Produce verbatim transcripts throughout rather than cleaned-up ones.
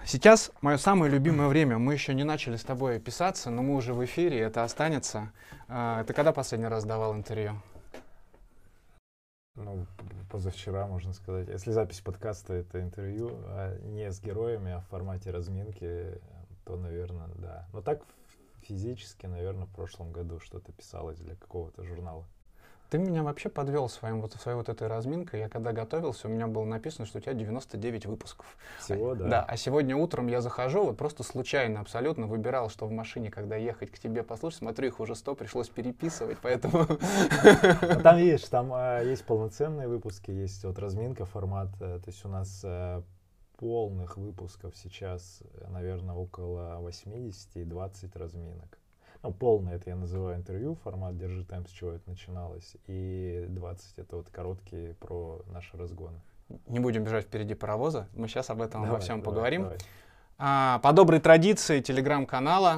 Сейчас мое самое любимое время. Мы еще не начали с тобой писаться, но мы уже в эфире, это останется. А, Ты когда последний раз давал интервью? Ну, позавчера, можно сказать. Если запись подкаста — это интервью, а не с героями, а в формате разминки, то, наверное, да. Но так физически, наверное, в прошлом году что-то писалось для какого-то журнала. Ты меня вообще подвел своим, вот, своей вот этой разминкой. Я когда готовился, у меня было написано, что у тебя девяносто девять выпусков. Всего, а, да? Да, а сегодня утром я захожу, вот просто случайно абсолютно выбирал, что в машине, когда ехать к тебе послушать, смотрю, их уже сто, пришлось переписывать, поэтому... А там, видишь, там а, есть полноценные выпуски, есть вот разминка, формат. А, то есть у нас а, полных выпусков сейчас, наверное, около восемьдесят и двадцать разминок. Ну, полное это я называю интервью, формат «Держи темп», с чего это начиналось, и двадцать это вот короткие про наши разгоны. Не будем бежать впереди паровоза, мы сейчас об этом Давай, обо всем давай, поговорим. давай. А, по доброй традиции телеграм-канала.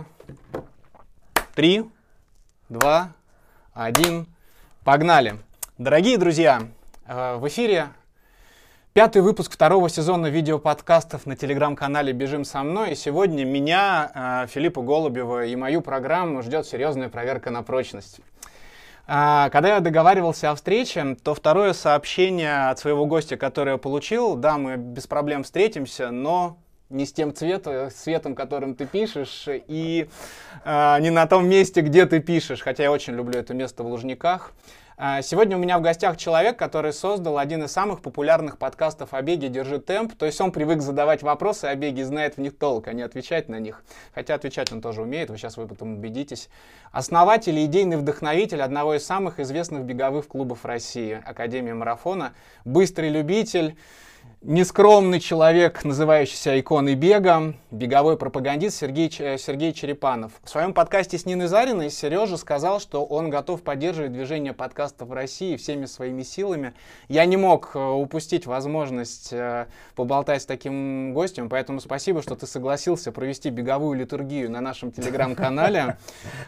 Три, два, один. Погнали. Дорогие друзья, э, в эфире пятый выпуск второго сезона видеоподкастов на телеграм-канале «Бежим со мной». И сегодня меня, э, Филиппа Голубева и мою программу ждет серьезная проверка на прочность. А, Когда я договаривался о встрече, то второе сообщение от своего гостя, которое я получил: да, мы без проблем встретимся, но не с тем цветом, цветом, которым ты пишешь, и а, не на том месте, где ты пишешь, хотя я очень люблю это место в Лужниках. А, сегодня у меня в гостях человек, который создал один из самых популярных подкастов о беге «Держи темп». То есть он привык задавать вопросы о беге и знает в них толк, а не отвечать на них. Хотя отвечать он тоже умеет, вы сейчас в этом убедитесь. Основатель и идейный вдохновитель одного из самых известных беговых клубов России — Академия марафона, быстрый любитель, нескромный человек, называющийся иконой бега, беговой пропагандист Сергей, Сергей Черепанов. В своем подкасте с Ниной Зариной Сережа сказал, что он готов поддерживать движение подкастов в России всеми своими силами. Я не мог упустить возможность поболтать с таким гостем, поэтому спасибо, что ты согласился провести беговую литургию на нашем телеграм-канале.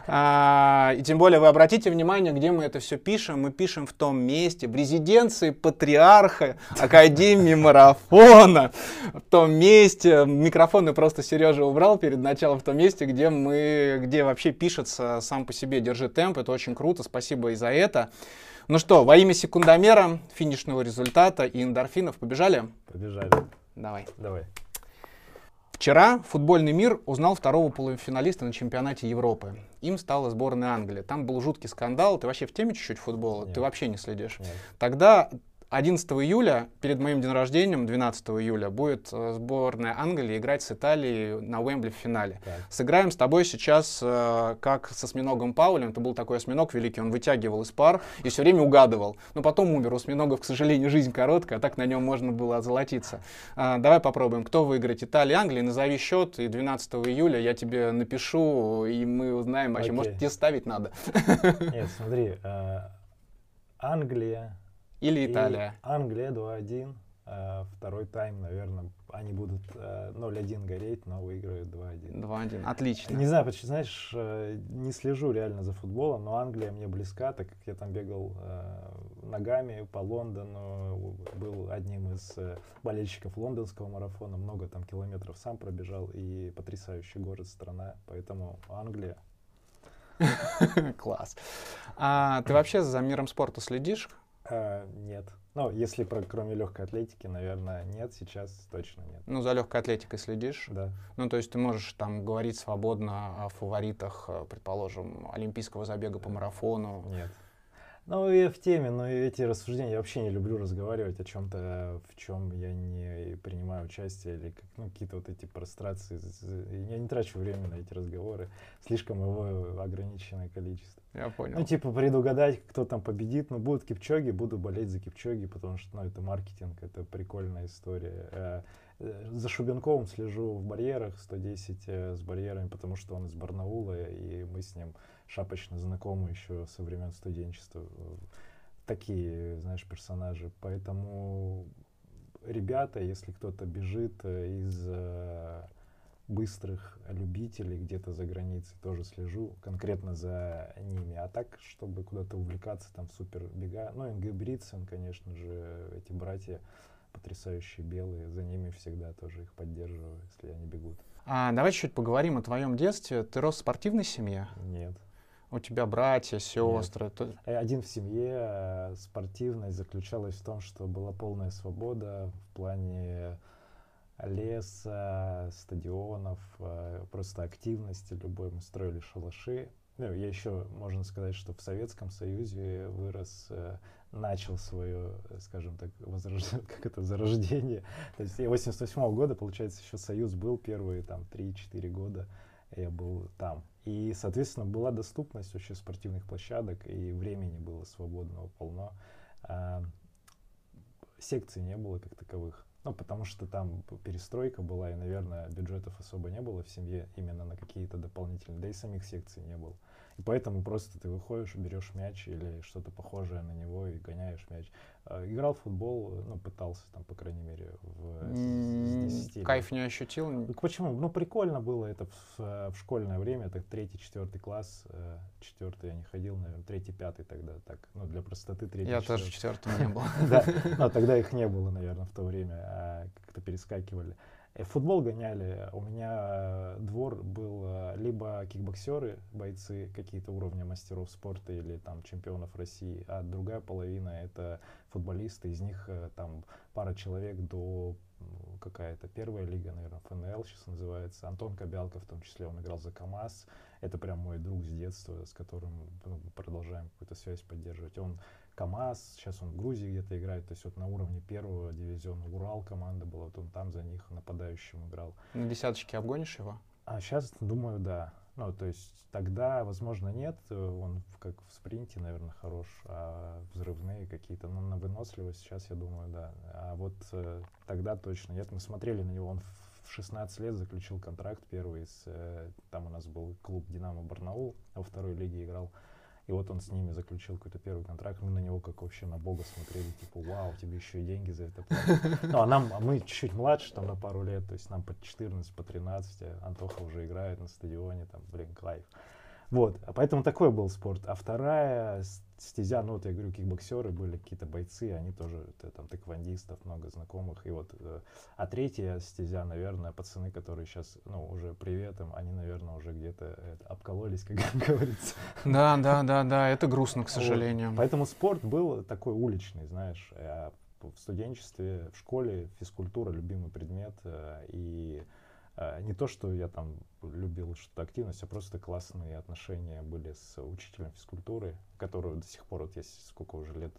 И тем более вы обратите внимание, где мы это все пишем. Мы пишем в том месте, в резиденции патриарха Академии марафона. Марафона, в том месте, микрофоны просто Сережа убрал перед началом, в том месте, где мы, где вообще пишется сам по себе «Держи темп». Это очень круто, спасибо и за это. Ну что, во имя секундомера, финишного результата и эндорфинов побежали? Побежали. Давай. Давай. Вчера футбольный мир узнал второго полуфиналиста на чемпионате Европы. Им стала сборная Англии. Там был жуткий скандал. Ты вообще в теме чуть-чуть футбола? Нет. Ты вообще не следишь? Нет. Тогда одиннадцатого июля, перед моим днем рождения, двенадцатого июля, будет э, сборная Англии играть с Италией на Уэмбли в финале. Так. Сыграем с тобой сейчас, э, как со осьминогом Паулем. Это был такой осьминог великий, он вытягивал из пар и все время угадывал. Но потом умер. У осьминогов, к сожалению, жизнь короткая, а так на нем можно было озолотиться. Э, давай попробуем. Кто выиграет, Италия, Англия? Назови счет, и двенадцатого июля я тебе напишу, и мы узнаем вообще. Окей. Может, тебе ставить надо? Нет, смотри, э, Англия... Или И Италия. Англия два один, э, второй тайм, наверное, они будут э, ноль один гореть, но выиграют два один. два один, отлично. Не знаю, почему, знаешь, э, не слежу реально за футболом, но Англия мне близка, так как я там бегал э, ногами по Лондону, был одним из э, болельщиков лондонского марафона, много там километров сам пробежал, и потрясающий город, страна, поэтому Англия. Класс. А ты вообще за миром спорта следишь? А, нет. Ну, если про, кроме легкой атлетики, наверное, нет, сейчас точно нет. Ну, за легкой атлетикой следишь? Да. Ну, то есть ты можешь там говорить свободно о фаворитах, предположим, олимпийского забега по марафону? Нет. Ну, я в теме, но эти рассуждения, я вообще не люблю разговаривать о чем-то, в чем я не принимаю участие, или как, ну, какие-то вот эти прострации. Я не трачу время на эти разговоры, слишком его ограниченное количество. Я понял. Ну, типа, предугадать, кто там победит. Ну, будут Кипчоги, буду болеть за Кипчоги, потому что, ну, это маркетинг, это прикольная история. За Шубенковым слежу в барьерах, сто десять с барьерами, потому что он из Барнаула, и мы с ним шапочно знакомы еще со времен студенчества. Такие, знаешь, персонажи. Поэтому ребята, если кто-то бежит из быстрых любителей где-то за границей, тоже слежу конкретно за ними. А так, чтобы куда-то увлекаться, там, супер бега. Ну, Ингебридсен, конечно же, эти братья потрясающие белые, за ними всегда тоже их поддерживаю, если они бегут. А, давай чуть поговорим о твоем детстве. Ты рос в спортивной семье? Нет. У тебя братья, сестры? Нет. Один в семье. Спортивность заключалась в том, что была полная свобода в плане леса, стадионов, просто активности любой. Мы строили шалаши. Ну, я еще, можно сказать, что в Советском Союзе вырос, начал свое, скажем так, возрождение, как это, зарождение. То есть восемьдесят восьмого года, получается, еще Союз был первые там три-четыре года. Я был там. И, соответственно, была доступность вообще спортивных площадок, и времени было свободного полно. А, секций не было как таковых. Ну, потому что там перестройка была, и, наверное, бюджетов особо не было в семье именно на какие-то дополнительные, да и самих секций не было. И поэтому просто ты выходишь, берешь мяч или что-то похожее на него и гоняешь мяч. А, играл в футбол, ну, пытался там, по крайней мере, в, с десяти лет. Кайф не ощутил? Ну, почему? Ну, прикольно было это в, в школьное время, это третий, четвертый класс, четвертый я не ходил, наверное, третий, пятый тогда, так, ну, для простоты третий, Я тоже в четвертом не был. Да, но тогда их не было, наверное, в то время, а как-то перескакивали. В футбол гоняли, у меня двор был либо кикбоксеры, бойцы какие-то уровня мастеров спорта или там чемпионов России, а другая половина это футболисты, из них там пара человек до какая-то первая лига, наверное, эф эн эл сейчас называется. Антон Кобялко, в том числе, он играл за КамАЗ. Это прям мой друг с детства, с которым ну, продолжаем какую-то связь поддерживать. Он КамАЗ, сейчас он в Грузии где-то играет, то есть вот на уровне первого дивизиона Урал команда была, вот он там за них нападающим играл. На десяточке обгонишь его? А сейчас, думаю, да. Ну, то есть тогда, возможно, нет, он как в спринте, наверное, хорош, а взрывные какие-то, ну, на выносливость сейчас, я думаю, да. А вот э, тогда точно нет. Мы смотрели на него, он в шестнадцать лет заключил контракт первый, с, э, там у нас был клуб «Динамо Барнаул», во второй лиге играл. И вот он с ними заключил какой-то первый контракт. Мы на него как вообще на бога смотрели, типа, вау, тебе еще и деньги за это платят. Ну, а нам, а мы чуть-чуть младше, там, на пару лет, то есть нам по четырнадцать, по тринадцать, а Антоха уже играет на стадионе, там, блин, кайф. Вот, а поэтому такой был спорт. А вторая стезя, ну, вот я говорю, кикбоксеры были, какие-то бойцы, они тоже, там, тэквондистов, много знакомых. И вот, а третья стезя, наверное, пацаны, которые сейчас, ну, уже привет им, они, наверное, уже где-то это, обкололись, как говорится. Да, да, да, да, это грустно, к сожалению. Вот. Поэтому спорт был такой уличный, знаешь. В студенчестве, в школе физкультура — любимый предмет, и не то, что я там любил что-то активность, а просто классные отношения были с учителем физкультуры, которую до сих пор, вот я сколько уже лет,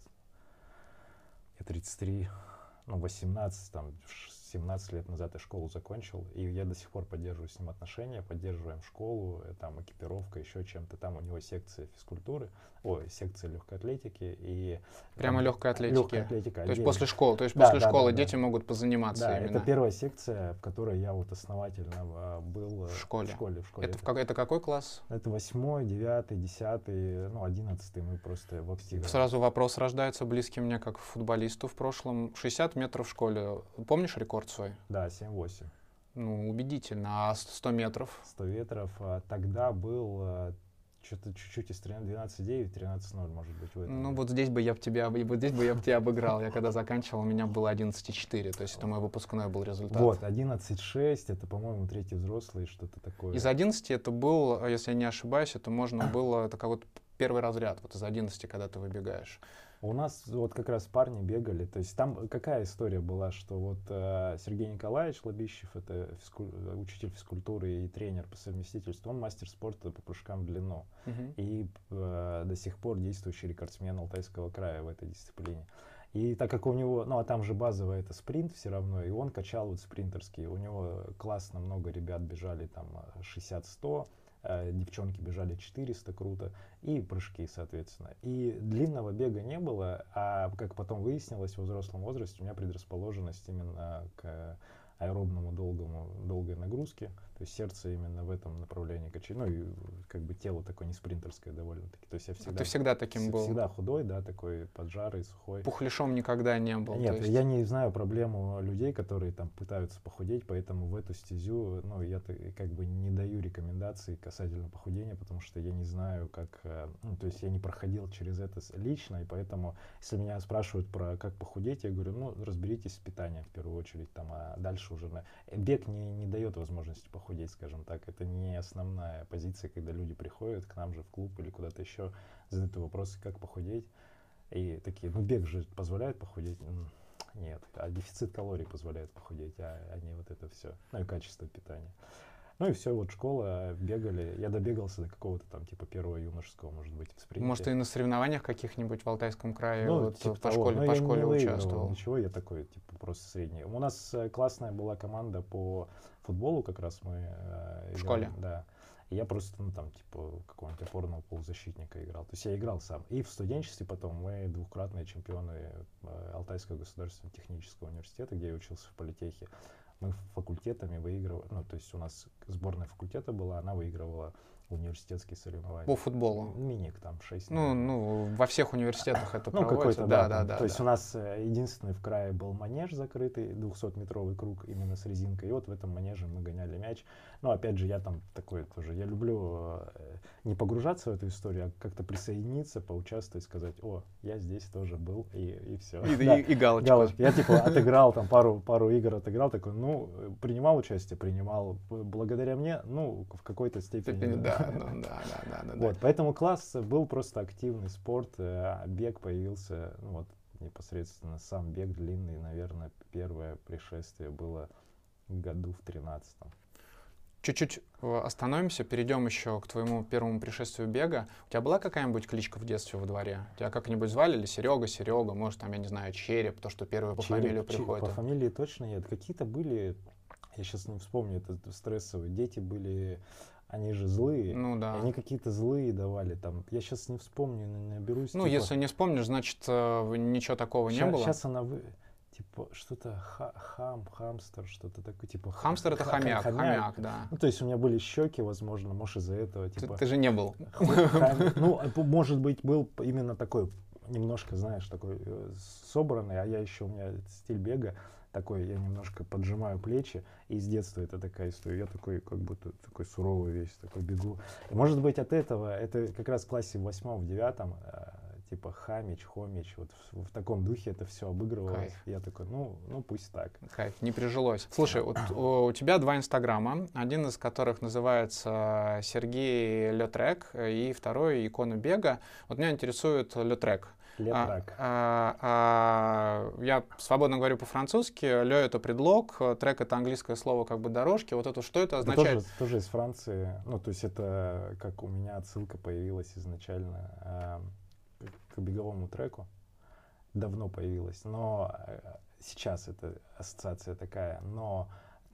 я тридцать три, ну, восемнадцать, там, семнадцать лет назад я школу закончил, и я до сих пор поддерживаю с ним отношения, поддерживаем школу, там, экипировка, еще чем-то, там у него секция физкультуры, ой, секция легкой атлетики и... Прямо там, легкой атлетики? Легкой атлетика. То отдельно. есть после школы, то есть да, после да, школы да, дети да. могут позаниматься Да, именно? это первая секция, в которой я вот основательно был в школе. В школе, в школе. Это, это, это какой класс? Это восьмой, девятый, десятый, ну, одиннадцатый мы просто в активе. Сразу вопрос рождается близкий мне, как футболисту в прошлом. шестьдесят метров в школе. Помнишь рекорд свой? Да, семь-восемь. Ну, убедительно. А сто метров? сто метров. А, тогда был а, что-то чуть-чуть из двенадцать девять, тринадцать ноль, может быть, в этом. Ну, вот здесь бы я бы тебя, вот здесь бы я бы тебя обыграл. Я когда заканчивал, у меня было одиннадцать четыре. То есть это мой выпускной был результат. Вот, одиннадцать шесть, это, по-моему, третий взрослый, что-то такое. Из одиннадцати это был, если я не ошибаюсь, это можно было, это как вот первый разряд, вот из одиннадцати, когда ты выбегаешь. У нас вот как раз парни бегали, то есть там какая история была, что вот э, Сергей Николаевич Лобищев, это физкуль... учитель физкультуры и тренер по совместительству, он мастер спорта по прыжкам в длину. Uh-huh. И э, до сих пор действующий рекордсмен Алтайского края в этой дисциплине. И так как у него, ну а там же базово это спринт все равно, и он качал вот спринтерские, у него классно много ребят бежали там шестьдесят-сто, девчонки бежали четыреста, круто, и прыжки, соответственно. И длинного бега не было, а как потом выяснилось, в взрослом возрасте у меня предрасположенность именно к аэробному долгому, долгой нагрузке. То есть сердце именно в этом направлении качает. Ну и как бы тело такое не спринтерское довольно-таки. То есть я всегда, Ты всегда таким был? Всегда худой, да, такой поджарый, сухой. Пухляшом никогда не был? Нет, то есть... я не знаю проблему людей, которые там пытаются похудеть, поэтому в эту стезю, ну, я как бы не даю рекомендаций касательно похудения, потому что я не знаю, как, ну, то есть я не проходил через это лично, и поэтому, если меня спрашивают про как похудеть, я говорю, ну, разберитесь с питанием в первую очередь, там, а дальше уже на... Бег не, не дает возможности похудеть, скажем так, это не основная позиция, когда люди приходят к нам же в клуб или куда-то еще, задают вопросы, как похудеть. И такие, ну бег же позволяет похудеть? Нет, а дефицит калорий позволяет похудеть, а, а не вот это все. Ну и качество питания. Ну и все, вот школа, бегали. Я добегался до какого-то там типа первого юношеского, может быть, в спринте. Может, и на соревнованиях каких-нибудь в Алтайском крае ну, вот, типа по того. школе, Но по я школе не участвовал? Ничего, я такой, типа, просто средний. У нас классная была команда по футболу, как раз мы э, в школе? Да. И я просто, ну, там, типа, какого-нибудь опорного полузащитника играл. То есть я играл сам. И в студенчестве потом мы двукратные чемпионы э, Алтайского государственного технического университета, где я учился в политехе. Мы факультетами выигрывали, ну, то есть у нас сборная факультета была, она выигрывала университетские соревнования. По футболу? Миник там шесть. Ну, ну, во всех университетах это ну, проводится. Да, да, да, да. То есть да. у нас единственный в крае был манеж закрытый, двухсотметровый круг именно с резинкой. И вот в этом манеже мы гоняли мяч. Но опять же, я там такой тоже, я люблю э, не погружаться в эту историю, а как-то присоединиться, поучаствовать, сказать, о, я здесь тоже был, и, и все. И, да. и, и галочка. галочка. Я типа отыграл там пару, пару игр, отыграл, такой, ну, принимал участие, принимал. Благодаря мне, ну, в какой-то степени. Да, да, да, да, да. Вот, поэтому класс был просто активный спорт, а бег появился, ну, вот, непосредственно сам бег длинный, наверное, первое пришествие было году в тринадцатом. Чуть-чуть остановимся, перейдем еще к твоему первому пришествию бега. У тебя была какая-нибудь кличка в детстве во дворе? Тебя как-нибудь звали или Серега, Серега, может, там, я не знаю, Череп, то, что первое по Череп, фамилию Череп, приходит? По фамилии точно нет. Какие-то были, я сейчас не вспомню, это стрессовые, дети были, они же злые. Ну да. Они какие-то злые давали там. Я сейчас не вспомню, не наберусь. Ну, типа... если не вспомнишь, значит, ничего такого ща, не было. Сейчас она вы... Типа что-то ха хам, хамстер, что-то такое, типа... Хамстер — это хомяк, хомяк, хомяк, да. Ну, то есть у меня были щеки, возможно, может, из-за этого, типа... Ты, ты же не был. Хам... Ну, может быть, был именно такой, немножко, знаешь, такой собранный, а я еще, у меня стиль бега такой, я немножко поджимаю плечи, и с детства это такая история. Я такой, как будто, такой суровый весь, такой бегу. И, может быть, от этого, это как раз в классе в восьмом, в девятом, типа Хамич, Хомич, вот в, в таком духе это все обыгрывалось. Кайф. Я такой, ну, ну пусть так. Кайф, не прижилось. Слушай, вот у, у тебя два инстаграма, один из которых называется Сергей Летрек, и второй Икона бега. Вот меня интересует Летрек. Летрек. А, а, а, я свободно говорю по-французски. Ле — это предлог, трек — это английское слово как бы дорожки. Вот это что это означает? Это тоже, тоже из Франции. Ну, то есть это как у меня отсылка появилась изначально к беговому треку, давно появилась, но сейчас это ассоциация такая, но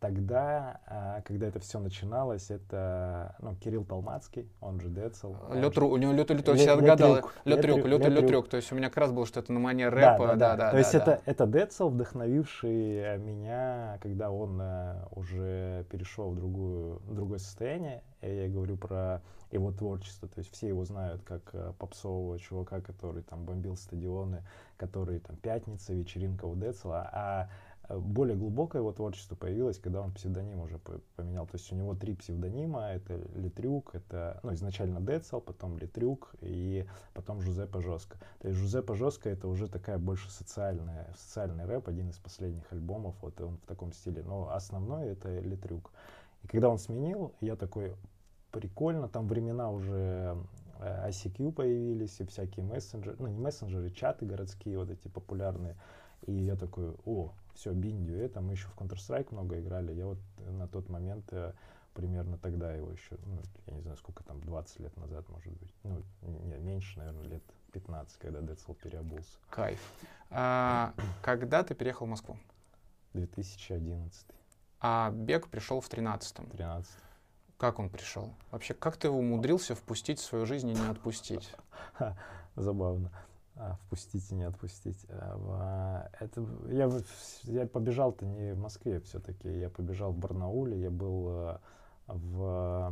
тогда, когда это все начиналось, это, ну, Кирилл Толмацкий, он же Децл. Летрюк, у него Летрюк, я отгадал, Летрюк, Летрюк, то есть у меня как раз было, что это на манер рэпа, да, да, то есть это это Децл, вдохновивший меня, когда он уже перешел в другую другое состояние, я говорю про его творчество, то есть все его знают как попсового чувака, который там бомбил стадионы, который там «Пятница», вечеринка у Децла, а более глубокое его творчество появилось, когда он псевдоним уже поменял. То есть у него три псевдонима. Это Летрюк, это, ну, изначально Децл, потом Летрюк и потом Жузеппе Жестко. То есть Жузеппе Жестко — это уже такая больше социальная, социальный рэп, один из последних альбомов, вот он в таком стиле. Но основной — это Летрюк. И когда он сменил, я такой, прикольно, там времена уже ай си кью появились и всякие мессенджеры, ну не мессенджеры, чаты городские вот эти популярные. И я такой, о, все, Биндю, это мы еще в Counter-Strike много играли. Я вот на тот момент э, примерно тогда его еще, ну, я не знаю, сколько там, двадцать лет назад, может быть. Ну, не, меньше, наверное, лет пятнадцать, когда Децл переобулся. Кайф. А, когда ты переехал в Москву? две тысячи одиннадцатый. А бег пришел в тринадцатом? тринадцатый. Как он пришел? Вообще, как ты его умудрился впустить в свою жизнь и не отпустить? Забавно. А, впустить и не отпустить. А, это, я, я побежал-то не в Москве все-таки, я побежал в Барнауле, я был в...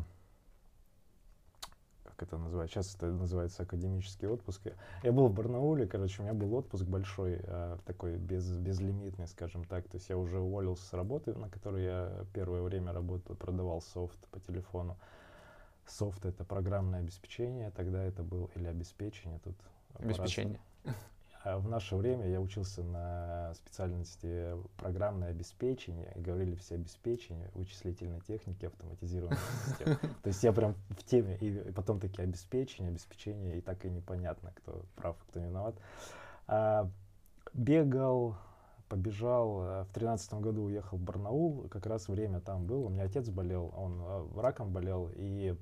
Как это называется? Сейчас это называется академический отпуск. Я был в Барнауле, короче, у меня был отпуск большой, такой без, безлимитный, скажем так. То есть я уже уволился с работы, на которой я первое время работал, продавал софт по телефону. Софт — это программное обеспечение, тогда это был, или обеспечение тут. Обеспечение. А в наше время я учился на специальности программное обеспечение, и говорили все обеспечения, вычислительной техники, автоматизированных систем. То есть я прям в теме, и потом такие обеспечения, обеспечения, и так и непонятно, кто прав, кто виноват. А, бегал, побежал, в тринадцатом году уехал в Барнаул, как раз время там было, у меня отец болел, он раком болел, и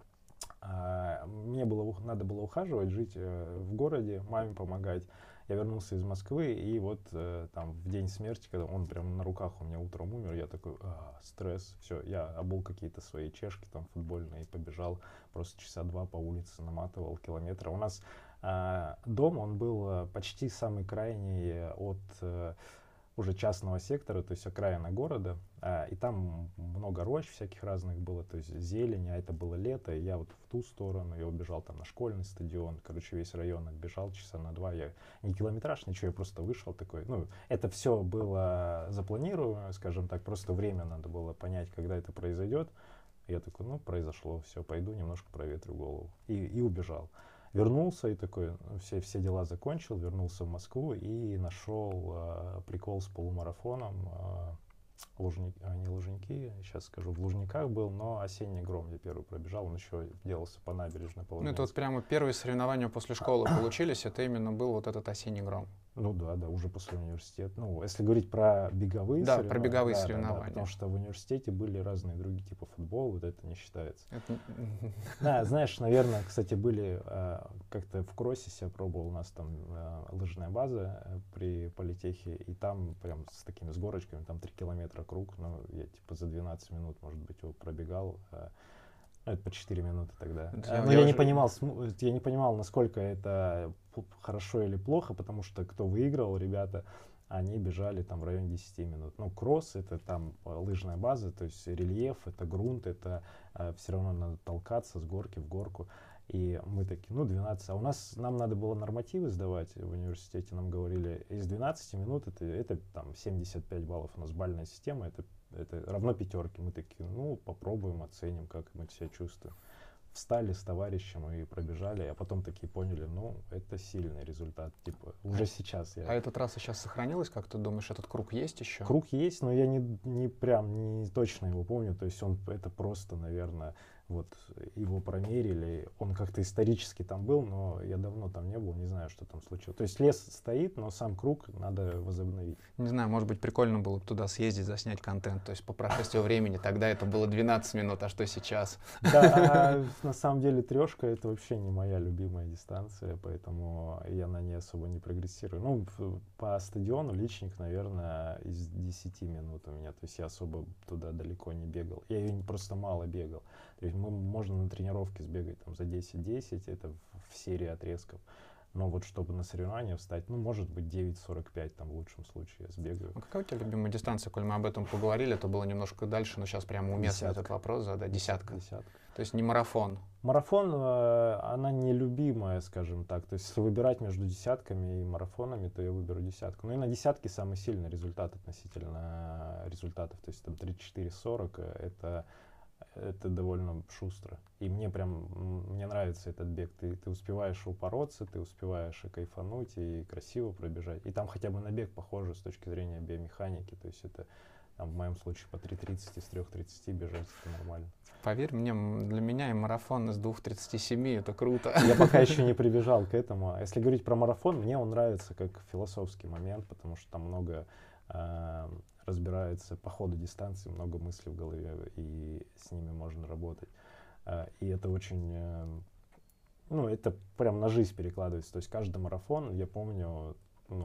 а, мне было, надо было ухаживать, жить э, в городе, маме помогать. Я вернулся из Москвы, и вот э, там в день смерти, когда он прям на руках у меня утром умер, я такой, а, стресс, все, я обул какие-то свои чешки там футбольные и побежал, просто часа два по улице наматывал километры. У нас э, дом, он был почти самый крайний от э, уже частного сектора, то есть окраина города, а, и там много рощ всяких разных было, то есть зелень, а это было лето, и я вот в ту сторону, я убежал там на школьный стадион, короче, весь район отбежал часа на два, я не километраж, ничего, я просто вышел такой, ну, это все было запланировано, скажем так, просто время надо было понять, когда это произойдет, я такой, ну, произошло, все, пойду немножко проветрю голову, и, и убежал. Вернулся и такой, все, все дела закончил, вернулся в Москву и нашел э, прикол с полумарафоном. Э, Лужни, а, не Лужники, сейчас скажу, в Лужниках был, но осенний гром я первый пробежал, он еще делался по набережной. По ну, это вот прямо первые соревнования после школы получились, это именно был вот этот осенний гром. Ну да, да, уже после университета. Ну, если говорить про беговые да, соревнования. про беговые да, соревнования. Да, да, потому что в университете были разные другие, типа футбол, вот это не считается. Это... Да, знаешь, наверное, кстати, были, э, как-то в кроссе себя пробовал, у нас там э, лыжная база э, при политехе, и там прям с такими, с горочками, там три километра круг, ну, я типа за двенадцать минут, может быть, его пробегал. Э, ну, это по четыре минуты тогда. Я, Но я, я, уже... не понимал, я не понимал, насколько это хорошо или плохо, потому что кто выиграл, ребята, они бежали там в районе десяти минут. Ну, кросс — это там лыжная база, то есть рельеф, это грунт, это э, все равно надо толкаться с горки в горку. И мы такие, ну, двенадцать. А у нас, нам надо было нормативы сдавать в университете, нам говорили, из двенадцати минут это, это там семьдесят пять баллов. У нас бальная система, это, это равно пятерке. Мы такие, ну, попробуем, оценим, как мы себя чувствуем. Встали с товарищем и пробежали, а потом такие поняли, ну, это сильный результат, типа, уже сейчас. Я... А эта трасса сейчас сохранилась, как ты думаешь, этот круг есть еще? Круг есть, но я не, не прям, не точно его помню, то есть он, это просто, наверное, вот его промерили, он как-то исторически там был, но я давно там не был, не знаю, что там случилось. То есть лес стоит, но сам круг надо возобновить. Не знаю, может быть, прикольно было бы туда съездить, заснять контент, то есть по прошествию времени, тогда это было двенадцать минут, а что сейчас? Да, а на самом деле трешка — это вообще не моя любимая дистанция, поэтому я на ней особо не прогрессирую. Ну, по стадиону личник, наверное, из десяти минут у меня, то есть я особо туда далеко не бегал, я ее просто мало бегал. То есть мы, можно на тренировке сбегать там за десять-десять, это в, в серии отрезков. Но вот чтобы на соревнования встать, ну, может быть, девять сорок пять там в лучшем случае я сбегаю. А какая у тебя любимая дистанция? Коль мы об этом поговорили, это было немножко дальше, но сейчас прямо уместно Десятка. этот вопрос задать. Десятка. Десятка. То есть не марафон. Марафон, э, она нелюбимая, скажем так. То есть если выбирать между десятками и марафонами, то я выберу десятку. Ну и на десятке самый сильный результат относительно результатов. То есть там тридцать четыре сорок, это... это довольно шустро. И мне прям, мне нравится этот бег. Ты, ты успеваешь упороться, ты успеваешь и кайфануть, и красиво пробежать. И там хотя бы на бег похоже с точки зрения биомеханики. То есть это, там, в моем случае, по три тридцать из трёх тридцати бежать, это нормально. Поверь мне, для меня и марафон из двух тридцати семи это круто. Я пока еще не прибежал к этому. Если говорить про марафон, мне он нравится как философский момент, потому что там много... Э, разбирается по ходу дистанции, много мыслей в голове, и с ними можно работать. И это очень, ну, это прям на жизнь перекладывается. То есть каждый марафон, я помню, ну вот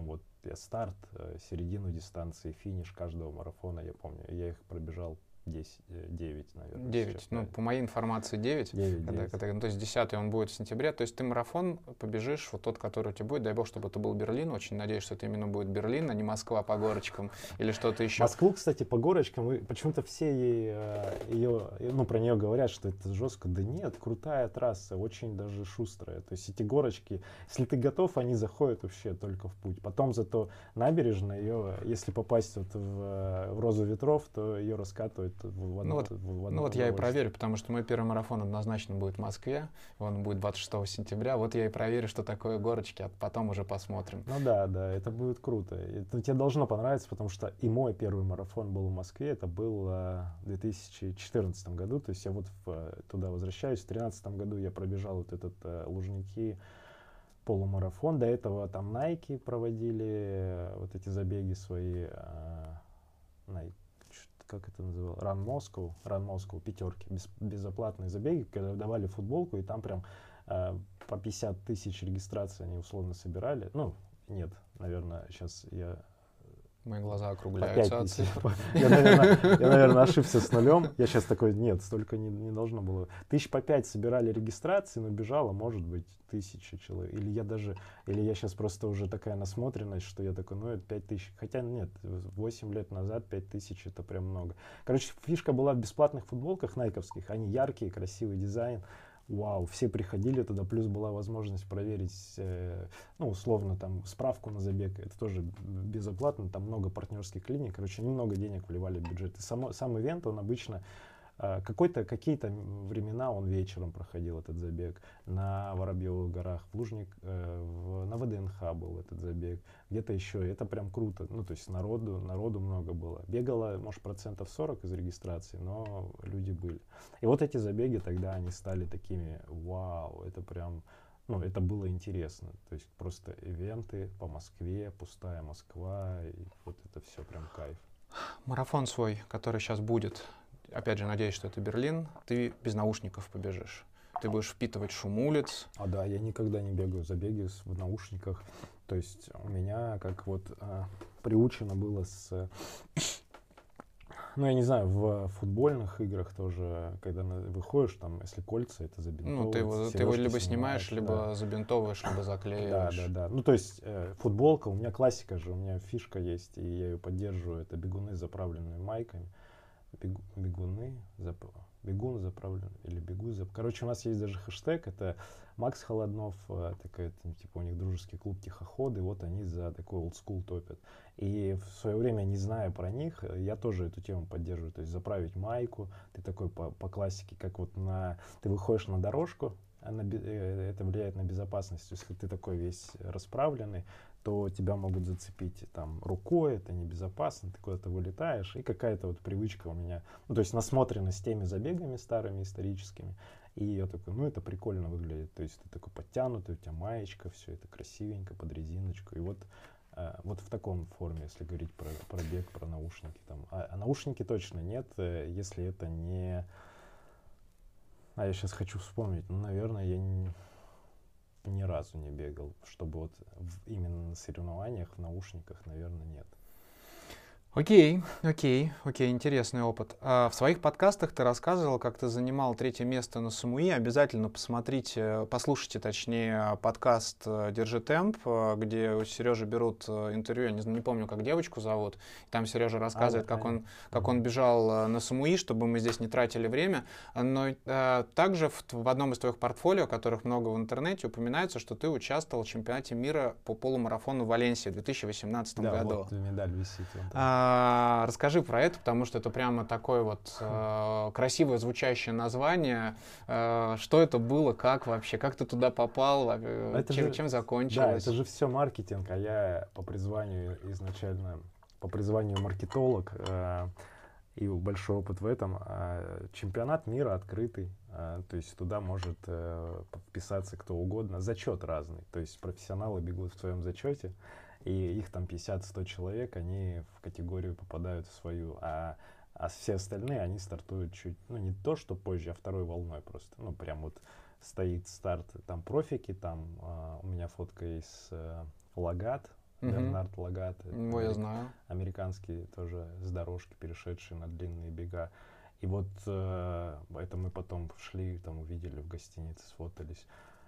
я старт, э, середину дистанции, финиш каждого марафона, я помню, я их пробежал десять, девять, наверное. девять, ну, по моей информации девять. девять, когда, когда, ну, то есть десятый он будет в сентябре. То есть ты марафон побежишь, вот тот, который у тебя будет. Дай бог, чтобы это был Берлин. Очень надеюсь, что это именно будет Берлин, а не Москва по горочкам или что-то еще. Москву, кстати, по горочкам, и почему-то все ей, ее, ну, про нее говорят, что это жестко. Да нет, крутая трасса, очень даже шустрая. То есть эти горочки, если ты готов, они заходят вообще только в путь. Потом зато набережная, ее, если попасть вот в, в розу ветров, то ее раскатывают в одну, ну вот, в одну ну вот я и проверю, потому что мой первый марафон однозначно будет в Москве, он будет двадцать шестого сентября, вот я и проверю, что такое горочки, а потом уже посмотрим. Ну да, да, это будет круто. Это тебе должно понравиться, потому что и мой первый марафон был в Москве, это был в две тысячи четырнадцатом году, то есть я вот в, туда возвращаюсь, в две тысячи тринадцатом году я пробежал вот этот uh, Лужники полумарафон, до этого там Nike проводили вот эти забеги свои, uh, Nike. Как это называлось, Run Moscow, Run Moscow, пятерки, без, безоплатные забеги, когда давали футболку, и там прям э, по пятьдесят тысяч регистраций они условно собирали. Ну, нет, наверное, сейчас я... Мои глаза округляются от цифр. Я, наверное, я, наверное, ошибся с нулем. Я сейчас такой, нет, столько не, не должно было. Тысяч по пять собирали регистрации, но бежало, может быть, тысяча человек. Или я даже, или я сейчас просто уже такая насмотренность, что я такой, ну, это пять тысяч. Хотя нет, восемь лет назад пять тысяч это прям много. Короче, фишка была в бесплатных футболках найковских. Они яркие, красивый дизайн. Вау, все приходили туда, плюс была возможность проверить, э, ну, условно, там, справку на забег, это тоже безоплатно, там много партнерских клиник, короче, немного денег вливали в бюджет. И само, сам ивент, он обычно, э, какой-то, какие-то времена он вечером проходил, этот забег, на Воробьевых горах, в Лужник, э, в, на ВДНХ был этот забег, где-то еще, и это прям круто, ну, то есть народу, народу много было. Бегало, может, процентов сорок из регистрации, но люди были. И вот эти забеги тогда, они стали такими, вау, это прям, ну, это было интересно. То есть просто ивенты по Москве, пустая Москва, и вот это все прям кайф. Марафон свой, который сейчас будет, опять же, надеюсь, что это Берлин, ты без наушников побежишь. Ты будешь впитывать шум улиц. А да, я никогда не бегаю забеги в наушниках. То есть у меня как вот а, приучено было с... Ну, я не знаю, в футбольных играх тоже, когда на, выходишь, там, если кольца, это забинтовывается. Ну, ты его, ты его либо снимаешь, либо да. забинтовываешь, либо заклеиваешь. Да, да, да. Ну, то есть э, футболка, у меня классика же, у меня фишка есть, и я ее поддерживаю. Это бегуны с заправленными майками. Бегу, бегуны, зап, бегун заправлен, или бегу зап... Короче, у нас есть даже хэштег, это Макс Холоднов, э, такой, типа, у них дружеский клуб Тихоходы, вот они за такой олдскул топят. И в свое время, не зная про них, я тоже эту тему поддерживаю. То есть заправить майку, ты такой по, по классике, как вот на... Ты выходишь на дорожку, она, это влияет на безопасность. То есть, если ты такой весь расправленный, то тебя могут зацепить там рукой, это небезопасно, ты куда-то вылетаешь. И какая-то вот привычка у меня, ну, то есть насмотренность теми забегами старыми, историческими. И я такой, ну, это прикольно выглядит. То есть ты такой подтянутый, у тебя маечка, все это красивенько, под резиночку. И вот Вот в таком форме, если говорить про, про бег, про наушники. Там. А, а наушники точно нет, если это не... А я сейчас хочу вспомнить, ну, наверное, я не, ни разу не бегал, чтобы вот в, именно на соревнованиях в наушниках, наверное, нет. Окей, окей, окей, интересный опыт. А в своих подкастах ты рассказывал, как ты занимал третье место на Самуи. Обязательно посмотрите, послушайте, точнее, подкаст «Держи темп», где у Сережи берут интервью, я не, не помню, как девочку зовут. Там Сережа рассказывает, а, да, как, он, как он бежал на Самуи, чтобы мы здесь не тратили время. Но а, также в, в одном из твоих портфолио, которых много в интернете, упоминается, что ты участвовал в чемпионате мира по полумарафону в Валенсии в две тысячи восемнадцатом да, году. Вот медаль висит. Вон там. А, Расскажи про это, потому что это прямо такое вот э, красивое звучащее название. Э, что это было, как вообще, как ты туда попал, э, чем, же, чем закончилось? Да, это же все маркетинг, а я по призванию изначально, по призванию маркетолог, э, и большой опыт в этом. Э, чемпионат мира открытый, э, то есть туда может э, подписаться кто угодно. Зачет разный, то есть профессионалы бегут в своем зачете. И их там пятьдесят-сто человек, они в категорию попадают в свою, а, а все остальные, они стартуют чуть, ну не то, что позже, а второй волной просто. Ну прям вот стоит старт, там профики, там а, у меня фотка из а, Лагат, Мгм. Бернард Лагат. Его я знаю. Американский тоже с дорожки, перешедший на длинные бега. И вот э, это мы потом шли, там увидели в гостинице, сфотались.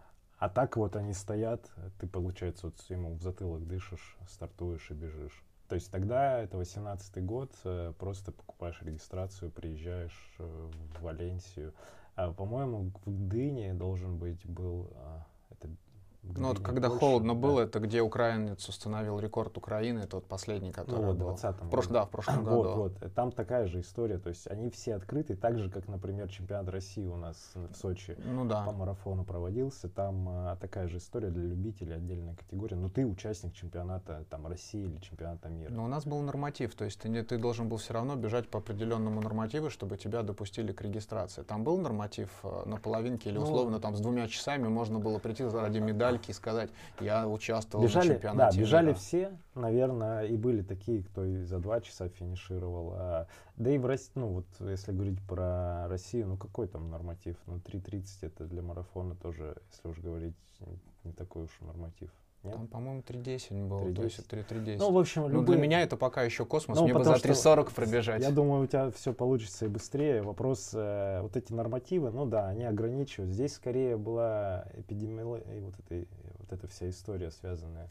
А так вот они стоят, ты, получается, вот ему в затылок дышишь, стартуешь и бежишь. То есть тогда, это восемнадцатый год, э, просто покупаешь регистрацию, приезжаешь э, в Валенсию. А, по-моему, в Гдыне должен быть был... а, это Ну вот Гдыня, когда Польша, холодно да. было, это где украинец установил рекорд Украины, это вот последний, который Ну вот, в был. двадцатом В прош- году. Да, в прошлом Вот, году. вот. э, Там такая же история. То есть они все открыты, так же, как, например, чемпионат России у нас в Сочи Ну да. по марафону проводился. Там а, такая же история для любителей, отдельная категория. Но ты участник чемпионата там, России или чемпионата мира. Но у нас был норматив, то есть ты, не- ты должен был все равно бежать по определенному нормативу, чтобы тебя допустили к регистрации. Там был норматив э, на половинке или Ну, условно там с двумя часами можно было прийти ради медальки и сказать, я участвовал Бежали, на да, чемпионате бежали мира. все, наверное, и были такие, кто и за два часа финишировал. А, да и в России, ну вот если говорить про Россию, ну какой там норматив? Ну три тридцать это для марафона тоже, если уж говорить, не, не такой уж норматив. Нет? Там, по-моему, три десять был, три то есть десять. три три десять. Ну, в общем, Ну, любые... для меня это пока еще космос, Ну, мне бы потому за три сорок пробежать. Я думаю, у тебя все получится и быстрее. Вопрос, э, вот эти нормативы, ну да, они ограничивают. Здесь скорее была эпидемиология, вот, этой, вот эта вся история связанная.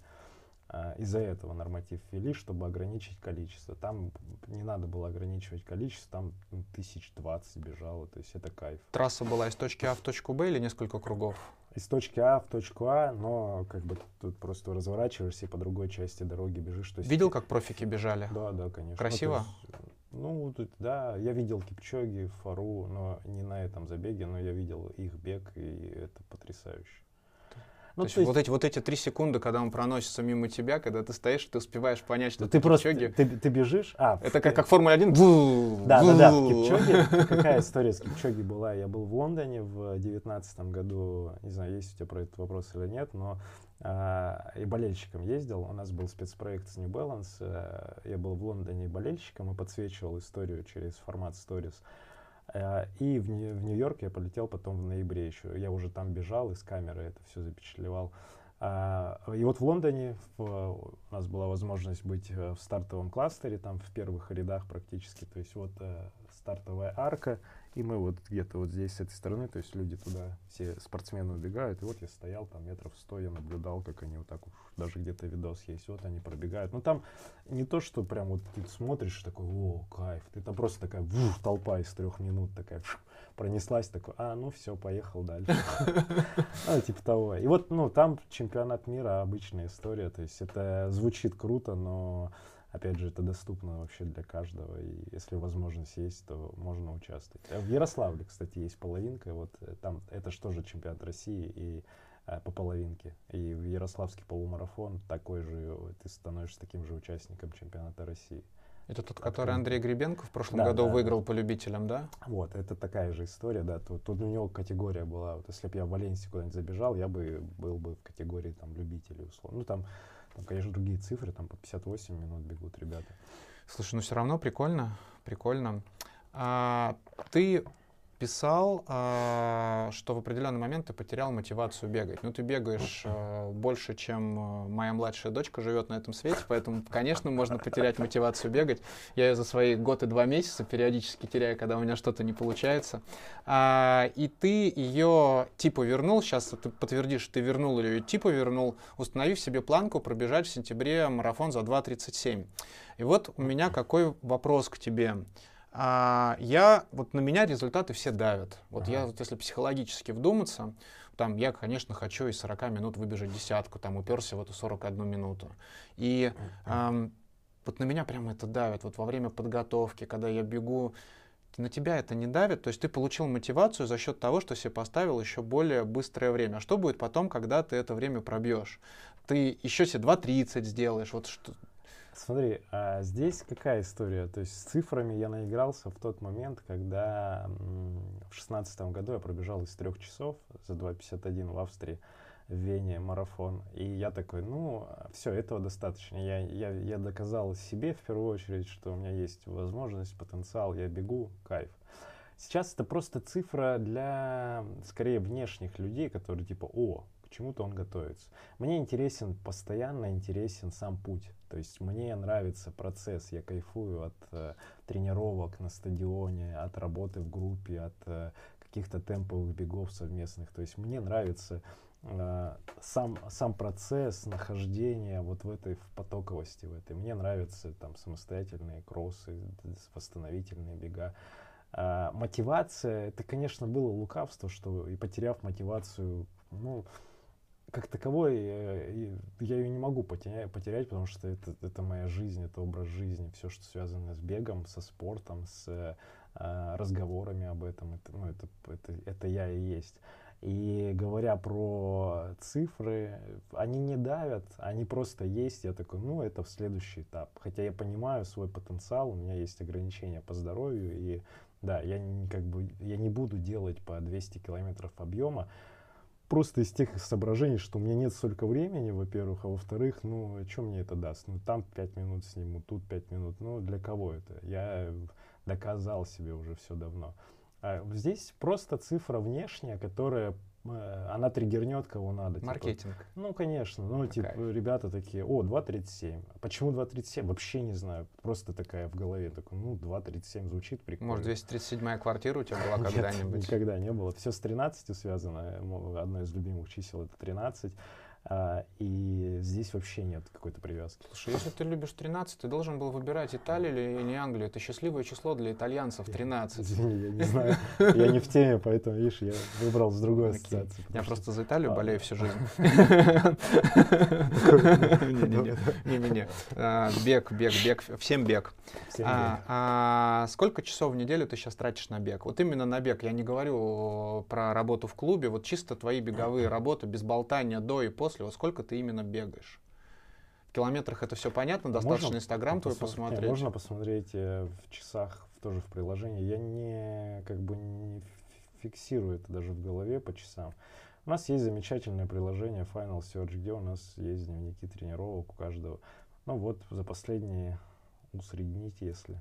Э, из-за этого норматив ввели, чтобы ограничить количество. Там не надо было ограничивать количество, там ну, тысяч двадцать бежало, то есть это кайф. Трасса была из точки А в точку Б или несколько кругов? Из точки А в точку А, но как бы тут просто разворачиваешься и по другой части дороги бежишь. То есть Видел, как профики бежали? Да, да, конечно. Красиво? Ну, то есть, ну, тут, да, я видел Кипчоги, Фару, но не на этом забеге, но я видел их бег, и это потрясающе. То, Ну, есть, вот, эти, вот эти три секунды, когда он проносится мимо тебя, когда ты стоишь, ты успеваешь понять, что ты это просто, Кипчоги. ты, ты бежишь, а... Это в- как, как Формула один. Да, да, да, в Кипчоге. Какая история с Кипчоги была? Я был в Лондоне в девятнадцатом году, не знаю, есть у тебя про этот вопрос или нет, но а, и болельщиком ездил. У нас был спецпроект с New Balance. а, Я был в Лондоне болельщиком и подсвечивал историю через формат Stories. А, И в, Нью- в Нью-Йорк я полетел потом в ноябре еще. Я уже там бежал и с камеры это все запечатлевал. А, И вот в Лондоне в- у нас была возможность быть э, в стартовом кластере, там в первых рядах практически. То есть вот э, стартовая арка, и мы вот где-то вот здесь с этой стороны, то есть люди туда, все спортсмены убегают. И вот я стоял там метров сто, я наблюдал, как они вот так вот, даже где-то видос есть, вот они пробегают. Ну там не то, что прям вот ты смотришь такой, о, кайф, ты там просто такая вух, толпа из трех минут такая фу, пронеслась, такой, а, ну все, поехал дальше. Ну, типа того. И вот, ну, там чемпионат мира, обычная история, то есть это звучит круто, но, опять же, это доступно вообще для каждого, и если возможность есть, то можно участвовать. А в Ярославле, кстати, есть половинка, вот э, там, это же тоже чемпионат России, и э, по половинке. И в Ярославский полумарафон такой же, ты становишься таким же участником чемпионата России. Это тот, который Андрей Гребенко в прошлом Да, году да, выиграл да. по любителям, да? Вот, это такая же история, да, тут, тут у него категория была, вот если бы я в Валенсии куда-нибудь забежал, я бы был бы в категории там любителей, условно. Ну там, там, конечно, другие цифры, там по пятьдесят восемь минут бегут ребята. Слушай, ну все равно прикольно, прикольно. А, ты писал, а, что в определенный момент ты потерял мотивацию бегать. Ну, ты бегаешь а, больше, чем а, моя младшая дочка живет на этом свете, поэтому, конечно, можно потерять мотивацию бегать. Я ее за свои год и два месяца периодически теряю, когда у меня что-то не получается. А, и ты ее типа вернул, сейчас ты подтвердишь, что ты вернул или ее типа вернул, установив себе планку пробежать в сентябре марафон за два тридцать семь. И вот у меня какой вопрос к тебе. А, я, вот на меня результаты все давят. Вот Ага. я, вот если психологически вдуматься, там я, конечно, хочу из сорока минут выбежать десятку, там уперся в эту сорок одну минуту. И ам, вот на меня прямо это давит. Вот во время подготовки, когда я бегу, на тебя это не давит, то есть ты получил мотивацию за счет того, что себе поставил еще более быстрое время. А что будет потом, когда ты это время пробьешь? Ты еще себе два тридцать сделаешь, вот что... Смотри, а здесь какая история? То есть с цифрами я наигрался в тот момент, когда м, в шестнадцатом году я пробежал из трех часов за два пятьдесят один в Австрии, в Вене марафон. И я такой, ну, все, этого достаточно. Я, я, я доказал себе в первую очередь, что у меня есть возможность, потенциал, я бегу, кайф. Сейчас это просто цифра для, скорее, внешних людей, которые типа, о, чему-то он готовится. Мне интересен, постоянно интересен сам путь. То есть мне нравится процесс, я кайфую от э, тренировок на стадионе, от работы в группе, от э, каких-то темповых бегов совместных. То есть мне нравится э, сам, сам процесс нахождения вот в этой в потоковости. В этой. Мне нравятся там самостоятельные кроссы, восстановительные бега. А, мотивация, это, конечно, было лукавство, что и потеряв мотивацию, ну, как таковой, я, я ее не могу потерять, потерять, потому что это, это моя жизнь, это образ жизни, все, что связано с бегом, со спортом, с а, разговорами об этом, это, ну, это, это, это я и есть. И говоря про цифры, они не давят, они просто есть. Я такой, ну, это в следующий этап. Хотя я понимаю свой потенциал, у меня есть ограничения по здоровью, и да, я не, как бы, я не буду делать по двести километров объема, просто из тех соображений, что у меня нет столько времени, во-первых, а во-вторых, ну, что мне это даст? Ну, там пять минут сниму, тут пять минут, ну, для кого это? Я доказал себе уже все давно. А здесь просто цифра внешняя, которая, э, она триггернет кого надо. Маркетинг. Типа, ну, конечно, ну, типа, Кайф. ребята такие, о, два тридцать семь. Почему два тридцать семь? Вообще не знаю, просто такая в голове, такой, ну, два тридцать семь звучит прикольно. Может, двести тридцать седьмая квартира у тебя была когда-нибудь? Нет, никогда не было. Все с тринадцатью связано. Одно из любимых чисел — это тринадцать. А, и здесь вообще нет какой-то привязки. Слушай, если ты любишь тринадцать, ты должен был выбирать Италию или, или Англию. Это счастливое число для итальянцев, тринадцать. Извини, я не знаю. Я не в теме, поэтому, видишь, я выбрал с другой Окей. ассоциации. Я просто за Италию А, болею всю жизнь. Не-не-не. Бег, бег, бег. Всем бег. Всем А, бег. а сколько часов в неделю ты сейчас тратишь на бег? Вот именно на бег. Я не говорю про работу в клубе. Вот чисто твои беговые работы, без болтания до и после. Вот сколько ты именно бегаешь? В километрах это все понятно, достаточно Можно Инстаграм твой посмотреть? посмотреть. Не, можно посмотреть э, в часах, в- тоже в приложении. Я не, как бы не ф- фиксирую это даже в голове по часам. У нас есть замечательное приложение Final Search, где у нас есть дневники тренировок у каждого. Ну вот за последние, усреднить, если,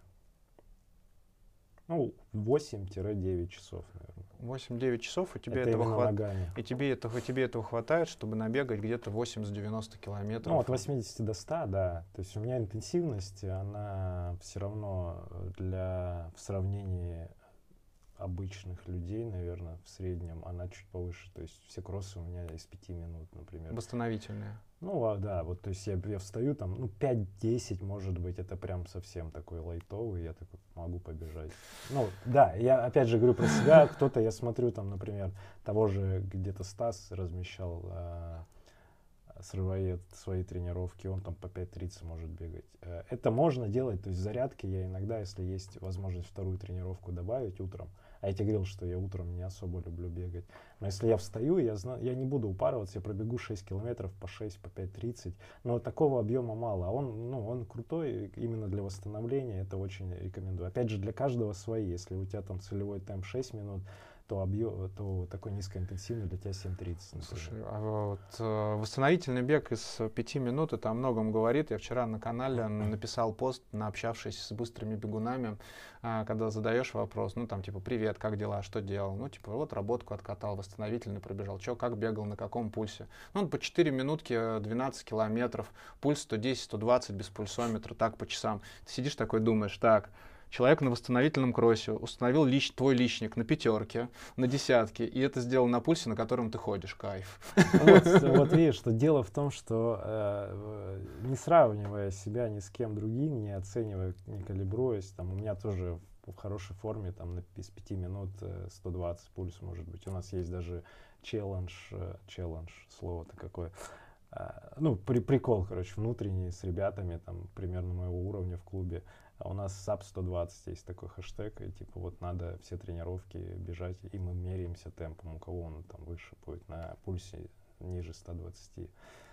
ну, восемь-девять часов, наверное. восемь-девять часов, и тебе Это этого именно хватает. ногами. И тебе этого, тебе этого хватает, чтобы набегать где-то восемьдесят-девяносто километров. Ну, от восьмидесяти до ста, да. То есть у меня интенсивность, она все равно для, в сравнении обычных людей, наверное, в среднем, она чуть повыше. То есть все кроссы у меня из пяти минут, например. Восстановительные. Ну, а, да, вот, то есть я, я встаю там, ну, пять-десять, может быть, это прям совсем такой лайтовый, я такой могу побежать. Ну, да, я опять же говорю про себя, кто-то, я смотрю там, например, того же где-то Стас размещал а, срывает свои тренировки, он там по пять тридцать может бегать. Э, Это можно делать, то есть зарядки я иногда, если есть возможность вторую тренировку добавить утром, а я тебе говорил, что я утром не особо люблю бегать, но если я встаю, я, знаю, я не буду упарываться, я пробегу шесть километров по шесть, по пять тридцать, но такого объема мало, а он, ну, он крутой именно для восстановления, это очень рекомендую. Опять же, для каждого свои, если у тебя там целевой темп шесть минут, то объем, то такой низкоинтенсивный для тебя семь тридцать. Слушай, а вот э, восстановительный бег из пяти минут, это о многом говорит. Я вчера на канале написал пост, наобщавшись с быстрыми бегунами, а, когда задаешь вопрос, ну там типа, привет, как дела, что делал? Ну типа, вот работку откатал, восстановительный пробежал, что, как бегал, на каком пульсе? Ну он по четыре минутки, двенадцать километров, пульс сто десять сто двадцать без пульсометра, так по часам. Ты сидишь такой, думаешь, так, человек на восстановительном кроссе установил лич, твой личник на пятерке, на десятке, и это сделал на пульсе, на котором ты ходишь. Кайф. Вот, вот видишь, что дело в том, что э, не сравнивая себя ни с кем другим, не оценивая, не калибруясь, там у меня тоже в хорошей форме, там на, из пяти минут э, сто двадцать пульс может быть. У нас есть даже челлендж, э, челлендж, слово-то какое. Э, ну, при, прикол, короче, внутренний с ребятами, там, примерно моего уровня в клубе. А у нас саб сто двадцать есть такой хэштег, и типа вот надо все тренировки бежать, и мы меряемся темпом, у кого он там выше будет, на пульсе ниже ста двадцати.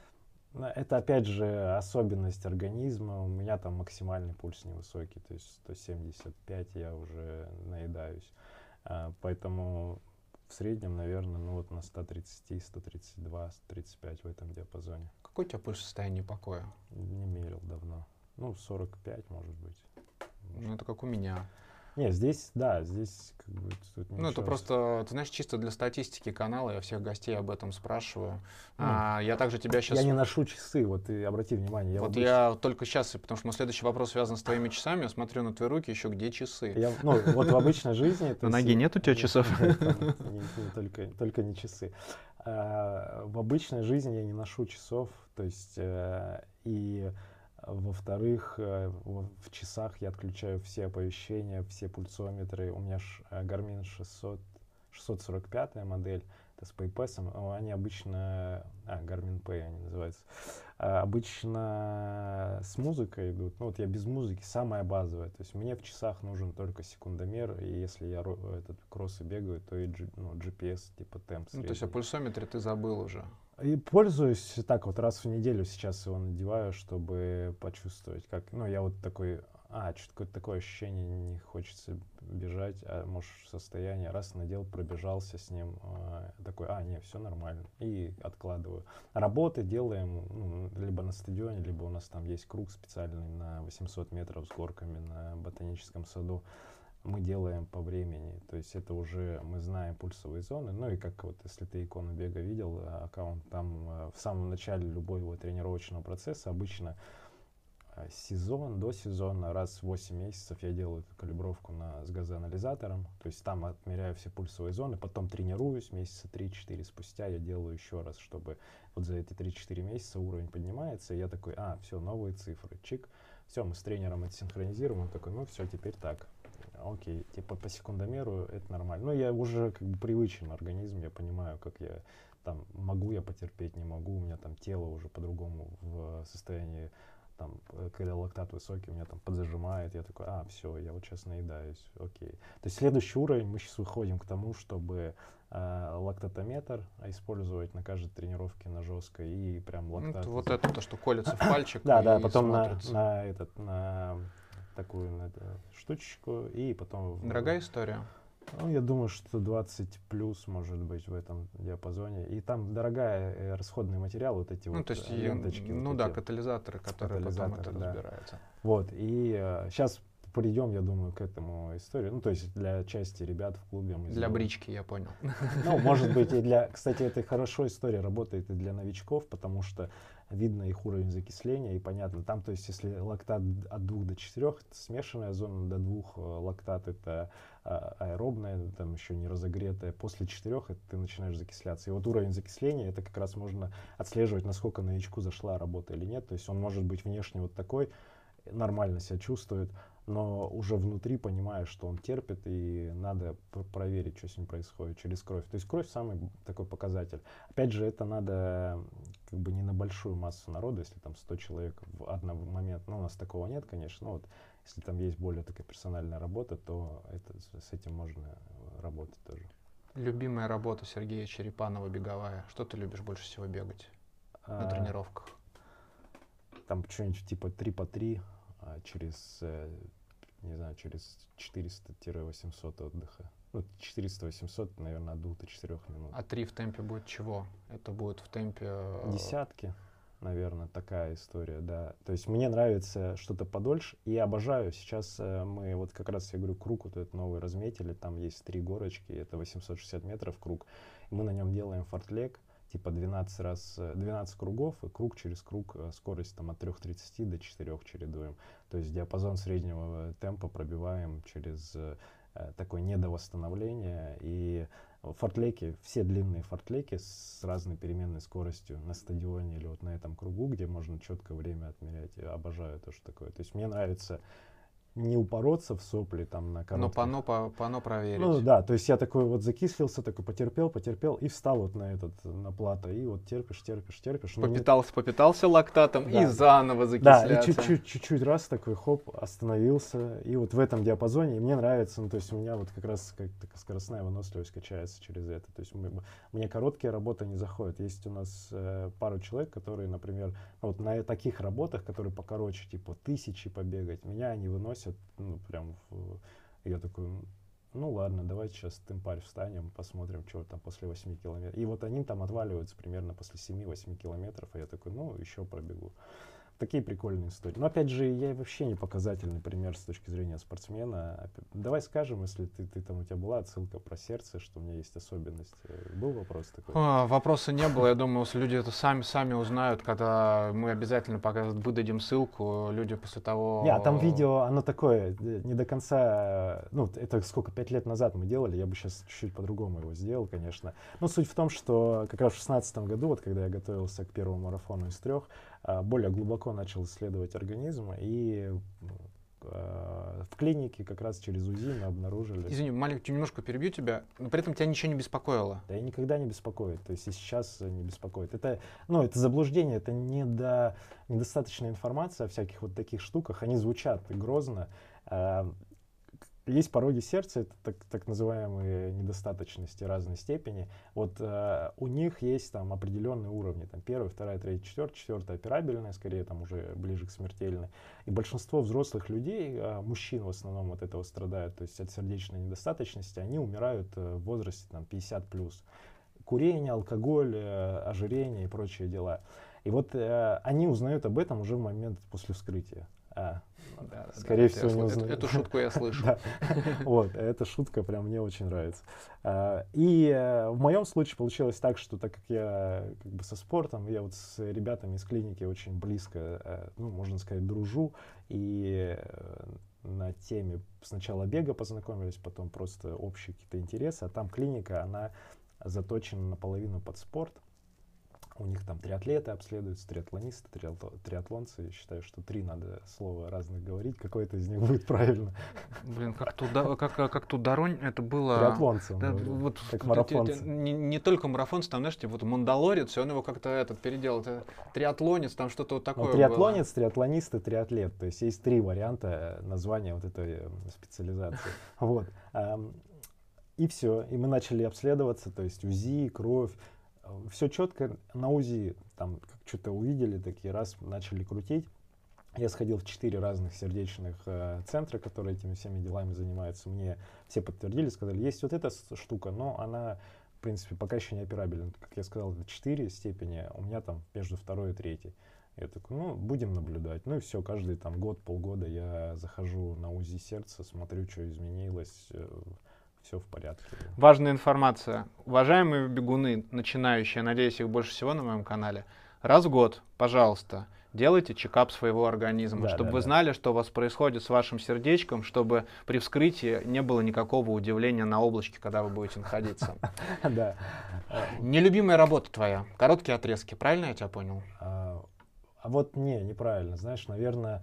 Это опять же особенность организма, у меня там максимальный пульс невысокий, то есть сто семьдесят пять я уже наедаюсь, а, поэтому в среднем, наверное, ну вот на ста тридцати, сто тридцать два, сто тридцать пять в этом диапазоне. Какой у тебя пульс в состоянии покоя? Не мерил давно. Ну, сорок пять, может быть. Ну, это как у меня. Не, здесь, да, здесь как бы тут Ну, это ничего. просто, ты знаешь, чисто для статистики канала, я всех гостей об этом спрашиваю. Ну, А, я также тебя сейчас... Я не ношу часы, вот ты обрати внимание. Я Вот обычно- я только сейчас, потому что мой следующий вопрос связан с твоими часами, я смотрю на твои руки, еще где часы? Я, ну, вот в обычной жизни... то На есть ноге я- нет у тебя нет, часов? нет, там не- не только, только не часы. А, в обычной жизни я не ношу часов, то есть э, и во-вторых, э, в в часах я отключаю все оповещения, все пульсометры. У меня ж, э, Garmin шестьсот, шестьсот сорок пятая модель, это с PayPass, о, они обычно, а, Garmin Pay они называются, а, обычно с музыкой идут. Ну вот я без музыки, самая базовая. То есть мне в часах нужен только секундомер, и если я ро- этот кроссы бегаю, то и G- ну, джи пи эс, типа темп Ну, то есть о средний. пульсометре ты забыл уже. И пользуюсь так вот раз в неделю сейчас его надеваю, чтобы почувствовать, как, ну, я вот такой, а, что-то какое-то такое ощущение, не хочется бежать, а может состояние, раз надел, пробежался с ним, а, такой, а, не, все нормально, и откладываю. Работы делаем, ну, либо на стадионе, либо у нас там есть круг специальный на восемьсот метров с горками на Ботаническом саду. Мы делаем по времени, то есть это уже мы знаем пульсовые зоны, ну и как вот если ты икону бега видел, а, аккаунт, там а, в самом начале любого тренировочного процесса обычно а, сезон, до сезона, раз в восемь месяцев я делаю эту калибровку на, с газоанализатором, то есть там отмеряю все пульсовые зоны, потом тренируюсь, месяца три-четыре спустя я делаю еще раз, чтобы вот за эти три-четыре месяца уровень поднимается, и я такой, а, все, новые цифры, чик, все, мы с тренером это синхронизируем, он такой, ну все, теперь так. Окей, типа по секундомеру это нормально. Ну, я уже как бы привычен организм, я понимаю, как я там могу я потерпеть, не могу, у меня там тело уже по-другому в состоянии, там, когда лактат высокий, у меня там подзажимает, я такой, а, все, я вот сейчас наедаюсь, окей. То есть следующий уровень, мы сейчас выходим к тому, чтобы э, лактатометр использовать на каждой тренировке на жесткой и прям Ну, лактат. вот это то, что колется в пальчик. Да, да, и потом на, смотрится. на этот, на такую на, эту штучку, и потом... в- Дорогая история. Ну, я думаю, что двадцать плюс может быть в этом диапазоне. И там дорогая э, расходный материал, вот эти Ну, вот то есть, э, и- ленточки. ну вот да, эти. катализаторы, которые потом Катализаторы, это да. разбираются. Вот, и сейчас придем, я думаю, к этому истории. Ну, то есть для части ребят в клубе мы Для сделаем. брички, я понял. Ну, может быть, и для... Кстати, это хорошо история работает и для новичков, потому что видно их уровень закисления, и понятно, там, то есть, если лактат от двух до четырёх, это смешанная зона, до двух э, лактат это а, аэробная, там еще не разогретая, после четырех это ты начинаешь закисляться. И вот уровень закисления, это как раз можно отслеживать, насколько новичку зашла работа или нет, то есть он может быть внешне вот такой, нормально себя чувствует, но уже внутри понимаешь, что он терпит, и надо пр- проверить, что с ним происходит через кровь. То есть кровь самый такой показатель. Опять же, это надо как бы не на большую массу народа, если там сто человек в один момент, ну у нас такого нет, конечно, но вот если там есть более такая персональная работа, то это, с с этим можно работать тоже. Любимая работа Сергея Черепанова беговая. Что ты любишь больше всего бегать на А, тренировках? Там что-нибудь типа три по три а, через, э, не знаю, через четыреста-восемьсот отдыха. Ну, четыреста-восемьсот, наверное, от двух до четырёх минут. А три в темпе будет чего? Это будет в темпе... э, Десятки, наверное, такая история, да. То есть мне нравится что-то подольше, и обожаю. Сейчас э, мы, вот как раз я говорю, круг вот этот новый разметили, там есть три горочки, это восемьсот шестьдесят метров круг. И мы на нем делаем фортлег, типа двенадцать раз, э, двенадцать кругов, и круг через круг, э, скорость там от трёх тридцати до четырёх чередуем. То есть диапазон среднего темпа пробиваем через э, такое недовосстановление. И фортлеки, все длинные фортлеки с разной переменной скоростью на стадионе или вот на этом кругу, где можно четко время отмерять. Я обожаю то, что такое. То есть мне нравится не упороться в сопли там на Но коротких. пано, по- пано проверить. Ну да, то есть я такой вот закислился, такой потерпел, потерпел и встал вот на этот, на плато, и вот терпишь, терпишь, терпишь. но не- Попитался, попитался лактатом Да. и заново Да, и закисляться. чуть-чуть, чуть-чуть раз такой, хоп, остановился, и вот в этом диапазоне, и мне нравится, ну, то есть у меня вот как раз как такая скоростная выносливость качается через это, то есть мы- мне короткие работы не заходят. Есть у нас э, пару человек, которые, например, ну, вот на таких работах, которые покороче, типа тысячи побегать, меня они выносят, ну, прям, в- я такой, ну ладно, давайте сейчас темпарь встанем, посмотрим, что там после восьми километров. И вот они там отваливаются примерно после семи-восьми километров, а я такой, ну, еще пробегу. такие прикольные истории. Но опять же, я вообще не показательный пример с точки зрения спортсмена. Давай скажем, если ты, ты там у тебя была отсылка про сердце, что у меня есть особенность. Был вопрос такой? А, вопроса не было. Я думаю, если люди это сами сами узнают, когда мы обязательно пока выдадим ссылку. Люди после того. Не, а там видео, оно такое не до конца. Ну, это сколько, пять лет назад мы делали. Я бы сейчас чуть-чуть по-другому его сделал, конечно. Но суть в том, что как раз в шестнадцатом году, вот когда я готовился к первому марафону из трех, более глубоко начал исследовать организм, и э, в клинике как раз через УЗИ мы обнаружили... Извини, маленький, немножко перебью тебя, но при этом тебя ничего не беспокоило. Да и никогда не беспокоит, то есть и сейчас не беспокоит. Это, ну, это заблуждение, это не до, недостаточная информация о всяких вот таких штуках, они звучат грозно. Есть пороги сердца, это так, так называемые недостаточности разной степени. Вот э, у них есть там определенные уровни, там первая, вторая, третья, четвертая, четвертая операбельная, скорее там уже ближе к смертельной. И большинство взрослых людей, э, мужчин в основном от этого страдают, то есть от сердечной недостаточности, они умирают э, в возрасте там пятьдесят плюс. Курение, алкоголь, э, ожирение и прочие дела. И вот э, они узнают об этом уже в момент после вскрытия. А, да, скорее да, всего, не узнаю. Эту шутку я слышу. Вот, эта шутка прям мне очень нравится. И в моем случае получилось так, что так как я как бы со спортом, я вот с ребятами из клиники очень близко, ну, можно сказать, дружу, и на теме сначала бега познакомились, потом просто общие какие-то интересы, а там клиника, она заточена наполовину под спорт. У них там триатлеты обследуются, триатлонисты, триатло, триатлонцы. Я считаю, что три надо слова разных говорить. Какое-то из них будет правильно. Блин, как туда, как, как Тударонь, это было... Триатлонцы, да, говорю, вот, как марафонцы. Не, не только марафонцы, там, знаешь, типа вот Мандалорец, он его как-то этот переделал. Это триатлонец, там что-то вот такое. Ну, триатлонец, было. Триатлонист и триатлет. То есть есть три варианта названия вот этой специализации. Вот. И все. И мы начали обследоваться, то есть УЗИ, кровь. Все четко на УЗИ, там что-то увидели, такие раз начали крутить. Я сходил в четыре разных сердечных э, центра, которые этими всеми делами занимаются. Мне все подтвердили, сказали, есть вот эта штука, но она, в принципе, пока еще не операбельна. Как я сказал, это четыре степени, у меня там между второй и третьей. Я такой, ну, будем наблюдать. Ну и все, каждый там год, полгода я захожу на УЗИ сердца, смотрю, что изменилось. Все в порядке. Важная информация. Уважаемые бегуны, начинающие, надеюсь, их больше всего на моем канале, раз в год, пожалуйста, делайте чекап своего организма, да, чтобы да, вы да. знали, что у вас происходит с вашим сердечком, чтобы при вскрытии не было никакого удивления на облачке, когда вы будете находиться. Да. Нелюбимая работа твоя. Короткие отрезки, правильно я тебя понял? А вот не, неправильно. Знаешь, наверное,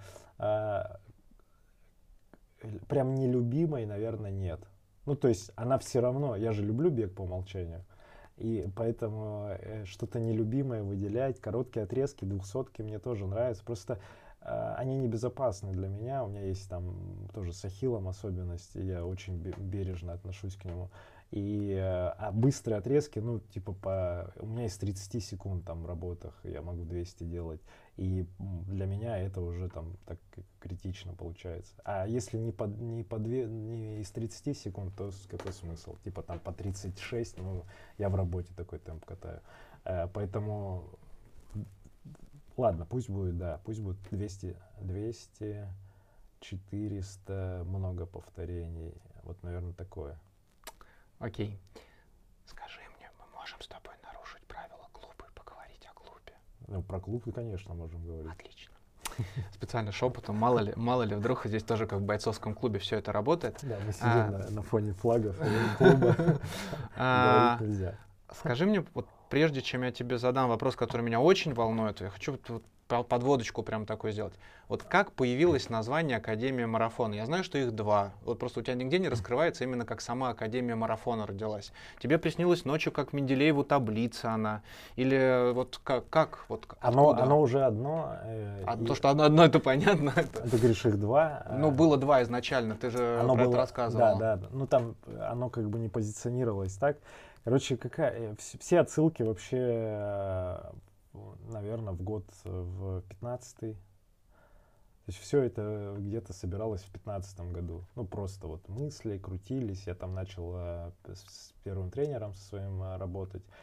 прям нелюбимой, наверное, нет. Ну, то есть она все равно, я же люблю бег по умолчанию, и поэтому э, что-то нелюбимое выделять, короткие отрезки, двухсотки мне тоже нравятся, просто э, они небезопасны для меня, у меня есть там тоже с ахиллом особенности, я очень бережно отношусь к нему, и э, а быстрые отрезки, ну, типа по, у меня из тридцати секунд там в работах, я могу двести делать, и для меня это уже там так критично получается. А если не, по, не, по две, не из тридцати секунд, то какой смысл? Типа там по тридцать шесть, ну, я в работе такой темп катаю. Э, поэтому, ладно, пусть будет, да, пусть будет двести, двести, четыреста, много повторений. Вот, наверное, такое. Окей. Скажи мне, мы можем с тобой нарушить правила клуба и поговорить о клубе? Ну, про клуб, конечно, можем говорить. Отлично. Специально шепотом, мало ли, мало ли, вдруг здесь тоже как в бойцовском клубе все это работает. Да, мы сидим а, на, на фоне флагов клуба. Говорить нельзя. Скажи мне, вот прежде чем я тебе задам вопрос, который меня очень волнует, я хочу вот, вот подводочку прям такой сделать. Вот как появилось название Академия марафона? Я знаю, что их два. Вот просто у тебя нигде не раскрывается именно как сама Академия марафона родилась. Тебе приснилось ночью, как Менделееву таблица она? Или вот как? как вот, оно, оно уже одно. Э, а и... То, что одно, одно это понятно. Ты говоришь, их два. Ну, было два изначально, ты же оно про было, это рассказывал. Да, да. Ну, там оно как бы не позиционировалось так. Короче, какая, все отсылки вообще, наверное, в год в пятнадцатый. То есть все это где-то собиралось в пятнадцатом году. Ну, просто вот мысли крутились. Я там начал с первым тренером со своим работать.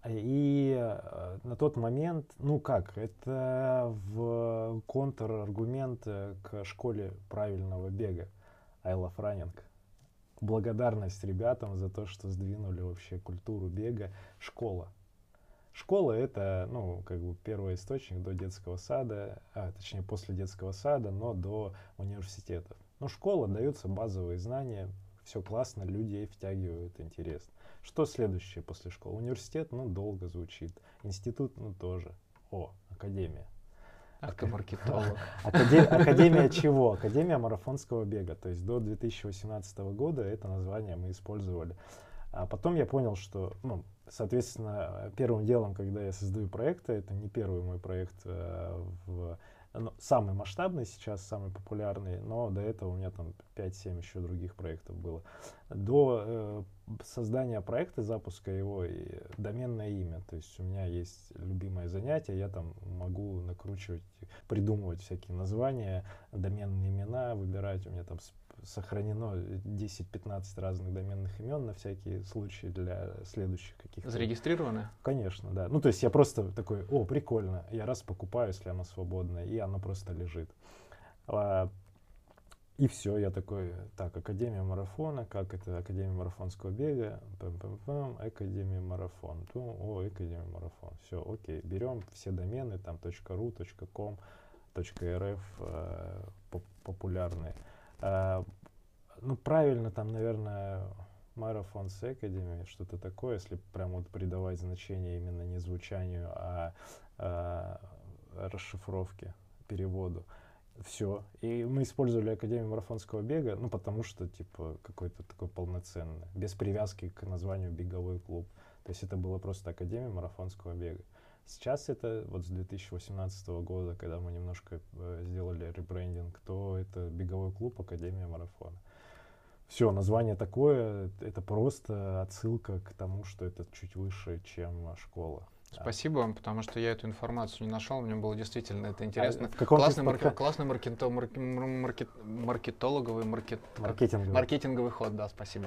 И э, на тот момент, ну как, это в контраргумент э, к школе правильного бега I Love Running. Благодарность ребятам за то, что сдвинули вообще культуру бега. Школа. Школа — это, ну, как бы первый источник до детского сада, а, точнее, после детского сада, но до университета. Ну, школа, даются базовые знания, все классно, людей втягивают, интересно. Что следующее после школы? Университет, ну, долго звучит. Институт, ну, тоже. О, академия. Ах ты маркетолог. Академия, академия чего? Академия марафонского бега. То есть до две тысячи восемнадцатого года это название мы использовали. А потом я понял, что, ну, соответственно, первым делом, когда я создаю проекты, это не первый мой проект, э, в, ну, самый масштабный сейчас, самый популярный, но до этого у меня там пять-семь еще других проектов было. До э, создания проекта, запуска его, и доменное имя. То есть у меня есть любимое занятие, я там могу накручивать, придумывать всякие названия, доменные имена, выбирать. У меня там сохранено десять-пятнадцать разных доменных имен на всякие случаи для следующих каких-то. Зарегистрированы? Конечно, да. Ну, то есть я просто такой: о, прикольно, я раз покупаю, если оно свободное, и оно просто лежит. А, и все, я такой: так, Академия марафона, как это, Академия марафонского бега, пам-пам-пам, Академия марафон, ну, о, Академия марафон, все, окей, берем все домены, там, .ру, .ком, .рф, э, популярные. Uh, ну, правильно, там, наверное, Marathon Academy, что-то такое, если прям вот придавать значение именно не звучанию, а, а расшифровке, переводу. Все. И мы использовали Академию марафонского бега, ну, потому что, типа, какой-то такой полноценный, без привязки к названию беговой клуб. То есть это было просто Академия марафонского бега. Сейчас это вот с две тысячи восемнадцатого года, когда мы немножко э, сделали ребрендинг, то это беговой клуб Академия марафона. Все, название такое, это просто отсылка к тому, что это чуть выше, чем школа. Спасибо вам, потому что я эту информацию не нашел, мне было действительно это интересно. А классный марке, классный маркето, марке, маркет, маркетологовый, маркет, маркетинговый. маркетинговый ход, да, спасибо.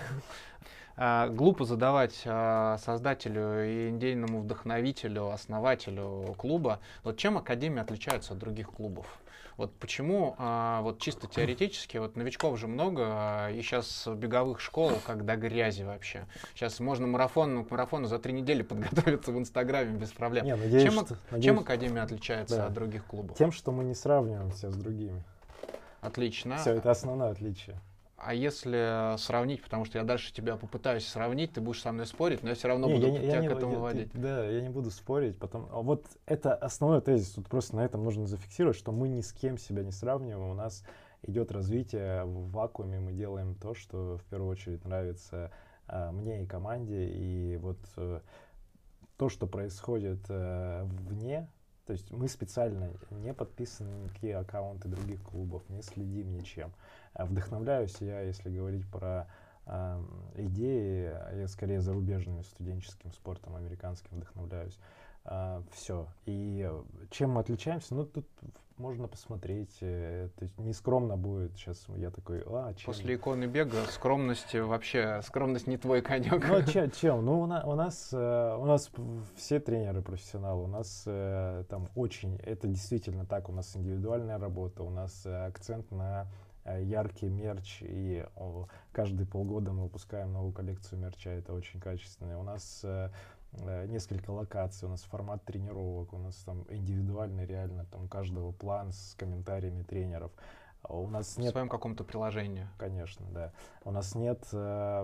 Глупо задавать создателю и идейному вдохновителю, основателю клуба, вот чем Академия отличается от других клубов? Вот почему, вот чисто теоретически, вот новичков же много, и сейчас беговых школ как до грязи вообще. Сейчас можно марафон, к марафону за три недели подготовиться в Инстаграме без проблем. Не, надеюсь, чем, что, чем надеюсь, Академия отличается да. от других клубов? Тем, что мы не сравниваемся с другими. Отлично. Все, это основное отличие. А если сравнить, потому что я дальше тебя попытаюсь сравнить, ты будешь со мной спорить, но я все равно не, буду я, тебя я к не, этому я, водить. Ты, да, я не буду спорить. Потом, а вот это основной тезис. Тут просто на этом нужно зафиксировать, что мы ни с кем себя не сравниваем. У нас идет развитие в вакууме. Мы делаем то, что в первую очередь нравится а, мне и команде. И вот а, то, что происходит а, вне, то есть мы специально не подписаны на никакие аккаунты других клубов, не следим ничем. Вдохновляюсь я, если говорить про э, идеи, я скорее зарубежным студенческим спортом американским вдохновляюсь. Э, все. И чем мы отличаемся? Ну, тут можно посмотреть. Э, то есть не скромно будет. Сейчас я такой: а, чем? После иконы бега скромности вообще, скромность не твой конек. Ну, чем? чем? Ну, у, на, у, нас, э, у нас все тренеры профессионалы. У нас э, там очень, это действительно так, у нас индивидуальная работа, у нас э, акцент на яркий мерч, и о, каждые полгода мы выпускаем новую коллекцию мерча, это очень качественно. У нас э, несколько локаций, у нас формат тренировок, у нас там индивидуальный реально, там у каждого план с комментариями тренеров. У нас нет... В своем каком-то приложении. Конечно, да. У нас нет э,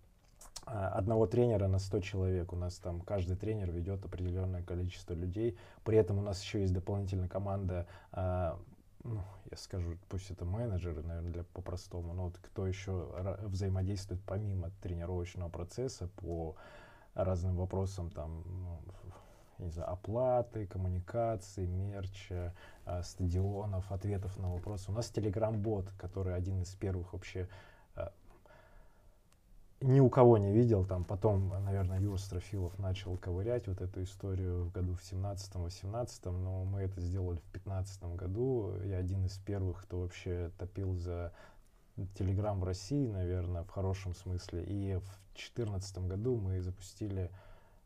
одного тренера на сто человек, у нас там каждый тренер ведет определенное количество людей, при этом у нас еще есть дополнительная команда, э, ну, я скажу, пусть это менеджеры, наверное, для по-простому, но вот кто еще взаимодействует помимо тренировочного процесса по разным вопросам, там, ну, я не знаю, оплаты, коммуникации, мерча, э, стадионов, ответов на вопросы. У нас телеграм-бот, который один из первых вообще, э, ни у кого не видел, там потом, наверное, Юра Строфилов начал ковырять вот эту историю в году в семнадцатом-восемнадцатом, но мы это сделали в пятнадцатом году. Я один из первых, кто вообще топил за Телеграм в России, наверное, в хорошем смысле. И в четырнадцатом году мы запустили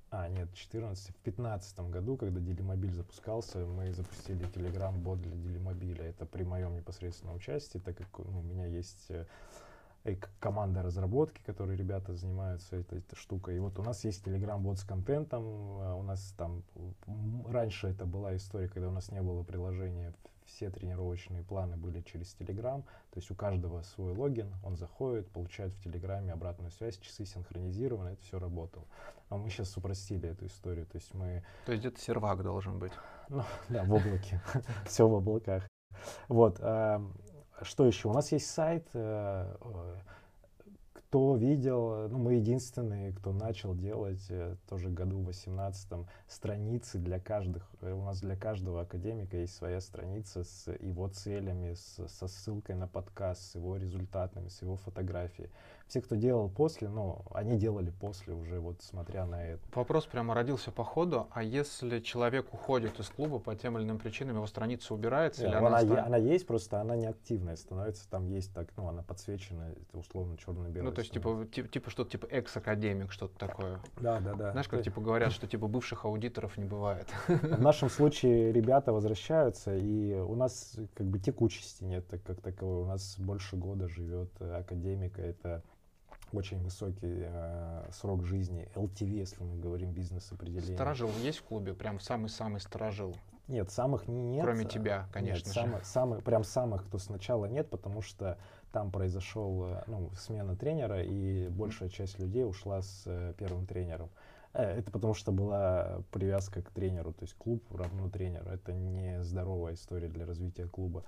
А, нет, четырнадцать. В пятнадцатом году, когда Делимобиль запускался, мы запустили Telegram-бот для Делимобиля. Это при моем непосредственном участии, так как ну, у меня есть э, э, команда разработки, которые ребята занимаются этой, этой штукой. И вот у нас есть Telegram-бот с контентом. э, У нас там м, раньше это была история, когда у нас не было приложения. Все тренировочные планы были через Telegram. То есть у каждого свой логин, он заходит, получает в Телеграме обратную связь, часы синхронизированы, это все работало. А мы сейчас упростили эту историю. То есть мы... То есть где-то сервак должен быть. Ну, да, в облаке. Все в облаках. Вот. а, Что еще? У нас есть сайт. э, э, Кто видел, ну, мы единственные, кто начал делать э, тоже году в восемнадцатом страницы для каждых. э, У нас для каждого академика есть своя страница с его целями, с, со ссылкой на подкаст, с его результатами, с его фотографией. Все, кто делал после, ну, они делали после уже, вот смотря на это. Вопрос прямо родился по ходу. А если человек уходит из клуба по тем или иным причинам, его страница убирается? Нет, или она, она, е- оста- она есть, просто она не активная становится. Там есть так, ну, она подсвечена, это условно черно-белой. Ну, то есть, типа, типа, типа что-то типа экс-академик, что-то такое. Да, да, да. Знаешь, То как есть типа говорят, что типа бывших аудиторов не бывает. в нашем случае ребята возвращаются, и у нас как бы текучести нет так, как таковой. У нас больше года живет э, академика. Это очень высокий э, срок жизни. эл ти ви, если мы говорим бизнес-определение. Сторожил есть в клубе? Прям самый-самый сторожил? Нет, самых нет. Кроме тебя, конечно Нет, же. самых, самых, прям самых, кто сначала нет, потому что там произошел э, ну, смена тренера, и большая часть людей ушла с э, первым тренером. Э, Это потому что была привязка к тренеру, то есть клуб равно тренеру. Это не здоровая история для развития клуба.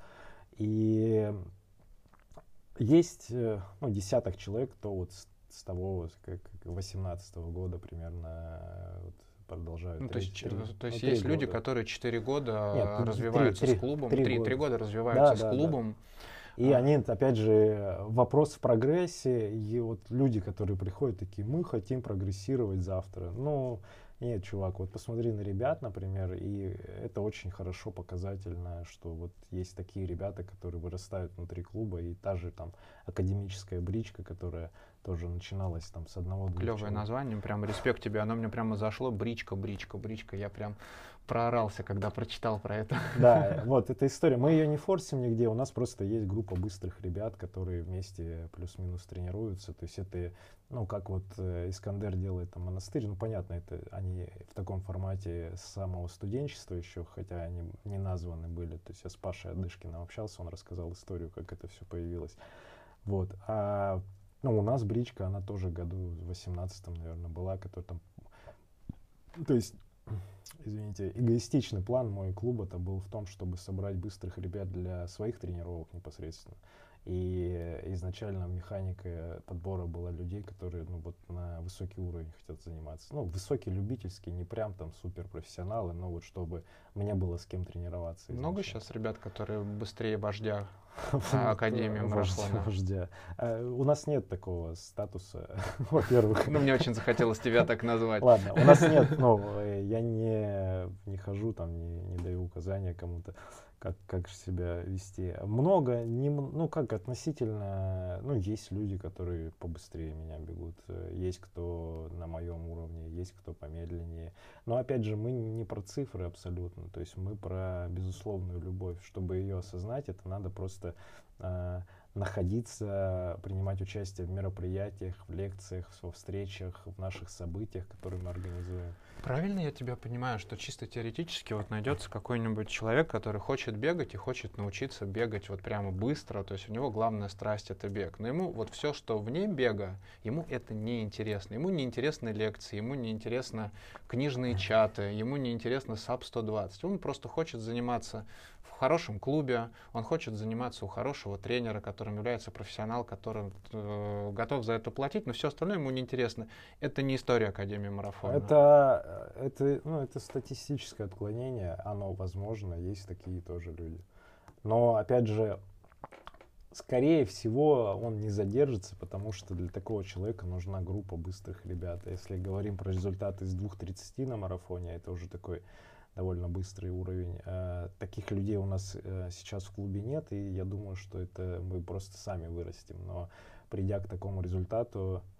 И есть э, ну, десяток человек, кто вот с, с того вот, как восемнадцатого года примерно э, вот, продолжают. Ну, то есть, три- три- то есть ну, есть три люди, года. которые четыре года Нет, ну, развиваются три- с клубом, три три, года. три года развиваются Да, с да, да. клубом. И А. они, опять же, вопрос в прогрессе. И вот люди, которые приходят, такие, мы хотим прогрессировать завтра. Ну, нет, чувак, вот посмотри на ребят, например, и это очень хорошо показательно, что вот есть такие ребята, которые вырастают внутри клуба, и та же там академическая бричка, которая тоже начиналась там с одного-двух Клевое человек. название, прям респект тебе, оно мне прямо зашло. Бричка, бричка, бричка. Я прям проорался, когда прочитал про это. Да, вот эта история. Мы ее не форсим нигде, у нас просто есть группа быстрых ребят, которые вместе плюс-минус тренируются. То есть это, ну, как вот э, Искандер делает там монастырь, ну, понятно, это они в таком формате с самого студенчества еще, хотя они не названы были. То есть я с Пашей Адышкиным общался, он рассказал историю, как это все появилось. Вот. А ну, у нас бричка, она тоже году в восемнадцатом, наверное, была, которая там... То есть, извините, эгоистичный план мой клуба-то был в том, чтобы собрать быстрых ребят для своих тренировок непосредственно. И изначально механика подбора была людей, которые ну, вот на высокий уровень хотят заниматься. Ну, высокий любительский, не прям там суперпрофессионалы, но вот чтобы мне было с кем тренироваться. Много изначально. сейчас ребят, которые быстрее вождя а, Академии Вождя, марафона? вождя. А, у нас нет такого статуса, во-первых. Ну, мне очень захотелось тебя так назвать. Ладно, у нас нет, ну, э, я не, не хожу там, не, не даю указания кому-то, как, как себя вести. Много, не, м- ну, как относительно, ну, есть люди, которые побыстрее меня бегут, э, есть кто на моем уровне, есть кто помедленнее. Но, опять же, мы не про цифры абсолютно, то есть мы про безусловную любовь. Чтобы ее осознать, это надо просто э, находиться, принимать участие в мероприятиях, в лекциях, во встречах, в наших событиях, которые мы организуем. Правильно я тебя понимаю, что чисто теоретически вот найдется какой-нибудь человек, который хочет бегать и хочет научиться бегать вот прямо быстро, то есть у него главная страсть — это бег. Но ему вот все, что вне бега, ему это не интересно. Ему не интересны лекции, ему не интересно книжные чаты, ему не интересно САП сто двадцать. Он просто хочет заниматься в хорошем клубе, он хочет заниматься у хорошего тренера, которым является профессионал, который э, готов за это платить, но все остальное ему неинтересно. Это не история Академии марафона. Это, это, ну, это статистическое отклонение, оно возможно, есть такие тоже люди. Но, опять же, скорее всего, он не задержится, потому что для такого человека нужна группа быстрых ребят. Если говорим про результаты из двух тридцати на марафоне, это уже такой довольно быстрый уровень. Э, таких людей у нас э, сейчас в клубе нет, и я думаю, что это мы просто сами вырастем. Но придя к такому результату,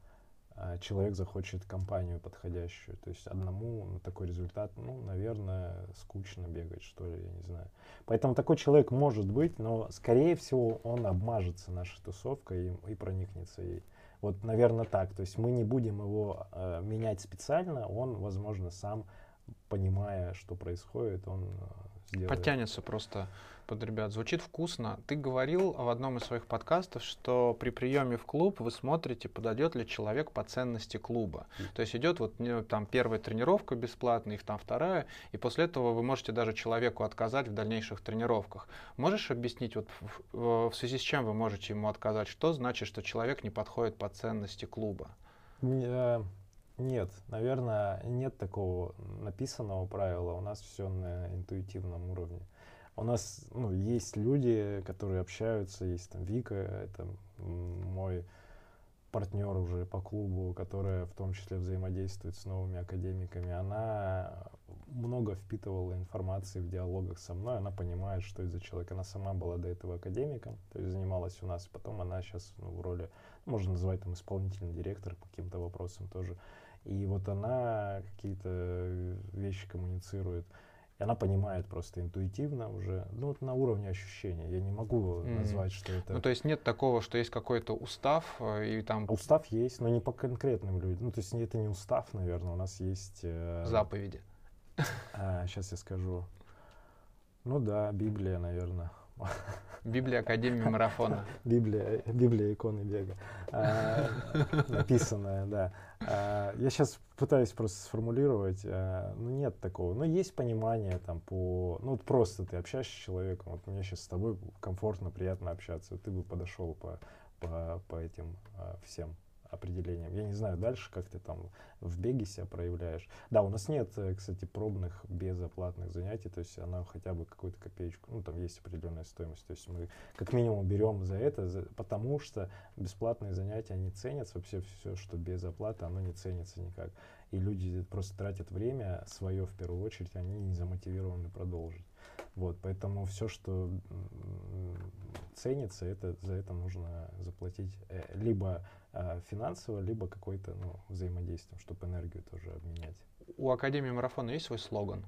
а человек захочет компанию подходящую. То есть одному на такой результат, ну, наверное, скучно бегать, что ли, я не знаю. Поэтому такой человек может быть, но, скорее всего, он обмажется нашей тусовкой и, и проникнется ей. Вот, наверное, так. То есть мы не будем его э, менять специально, он, возможно, сам, понимая, что происходит, он э, сделает. Подтянется просто под ребят. Звучит вкусно. Ты говорил в одном из своих подкастов, что при приеме в клуб вы смотрите, подойдет ли человек по ценности клуба. Mm. То есть идет вот там первая тренировка бесплатная, их там вторая, и после этого вы можете даже человеку отказать в дальнейших тренировках. Можешь объяснить, вот в, в связи с чем вы можете ему отказать? Что значит, что человек не подходит по ценности клуба? Нет, наверное, нет такого написанного правила. У нас все на интуитивном уровне. У нас, ну, есть люди, которые общаются, есть там Вика, это мой партнер уже по клубу, которая в том числе взаимодействует с новыми академиками. Она много впитывала информации в диалогах со мной, она понимает, что из-за человека. Она сама была до этого академиком, то есть занималась у нас, потом она сейчас, ну, в роли, можно назвать там исполнительный директор по каким-то вопросам тоже. И вот она какие-то вещи коммуницирует. И она понимает просто интуитивно уже, ну, вот на уровне ощущения. Я не могу mm. назвать, что это... Ну, то есть нет такого, что есть какой-то устав, и там... Устав есть, но не по конкретным людям. Ну, то есть это не устав, наверное, у нас есть... Э... Заповеди. А, сейчас я скажу. Ну да, Библия, наверное. Библия Академии марафона. Библия, Библия иконы бега. А, написанная, да. А, я сейчас пытаюсь просто сформулировать. А, ну, нет такого. Но есть понимание там по... Ну, вот просто ты общаешься с человеком. Вот мне сейчас с тобой комфортно, приятно общаться. Ты бы подошел по, по, по этим а, всем определениям. Я не знаю дальше, как ты там в беге себя проявляешь. Да, у нас нет, кстати, пробных безоплатных занятий, то есть она хотя бы какую-то копеечку, ну, там есть определенная стоимость. То есть мы как минимум берем за это, за, потому что бесплатные занятия, они ценятся, вообще все, что без оплаты, оно не ценится никак. И люди просто тратят время свое в первую очередь, они не замотивированы продолжить. Вот, поэтому все, что ценится, это, за это нужно заплатить э, либо э, финансово, либо какой-то, ну, взаимодействием, чтобы энергию тоже обменять. У Академии марафона есть свой слоган?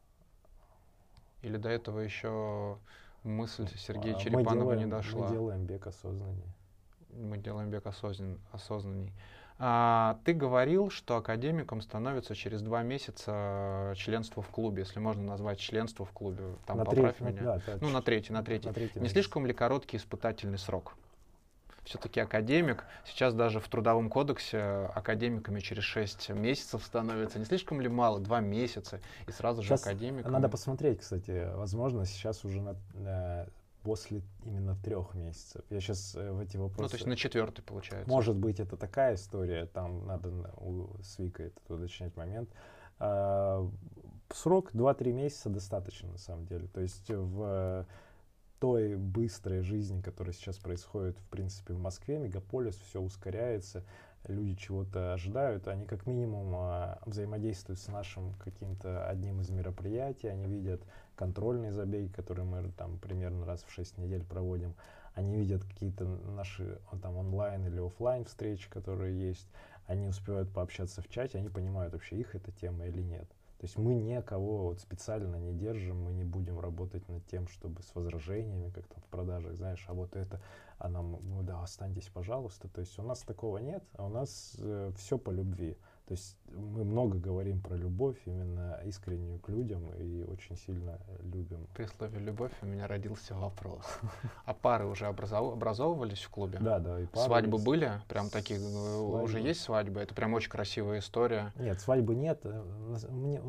Или до этого еще мысль Сергея а, Черепанова делаем, не дошла? Мы делаем бег осознанней. Мы делаем бег осознан, осознанней. А, ты говорил, что академиком становится через два месяца членство в клубе, если можно назвать членство в клубе. Там на поправь треть, меня. На, да, ну, на третий, на третий. На третий Не месяц. слишком ли короткий испытательный срок? Все-таки академик, сейчас даже в Трудовом кодексе академиками через шесть месяцев становится. Не слишком ли мало? Два месяца и сразу сейчас же академиком? Надо посмотреть, кстати. Возможно, сейчас уже на, на, после именно трех месяцев. Я сейчас э, в эти вопросы... Ну, то есть на четвертый получается. Может быть, это такая история, там надо у, с Викой этот уточнять момент. А, срок два-три месяца достаточно, на самом деле. То есть в той быстрой жизни, которая сейчас происходит, в принципе, в Москве, мегаполис, все ускоряется, люди чего-то ожидают, они как минимум а, взаимодействуют с нашим каким-то одним из мероприятий, они видят контрольные забеги, которые мы там примерно раз в шесть недель проводим, они видят какие-то наши там онлайн или офлайн встречи, которые есть, они успевают пообщаться в чате, они понимают вообще, их эта тема или нет. То есть мы никого вот специально не держим, мы не будем работать над тем, чтобы с возражениями, как там в продажах, знаешь, а вот это, а нам, ну да, останьтесь, пожалуйста. То есть у нас такого нет, а у нас э, все по любви. То есть мы много говорим про любовь, именно искреннюю к людям, и очень сильно любим. При слове «любовь» у меня родился вопрос. А пары уже образов... образовывались в клубе? Да, да. И пары свадьбы есть. Были? Прям такие, свадьбы. Уже есть свадьбы? Это прям очень красивая история. Нет, свадьбы нет. Мне,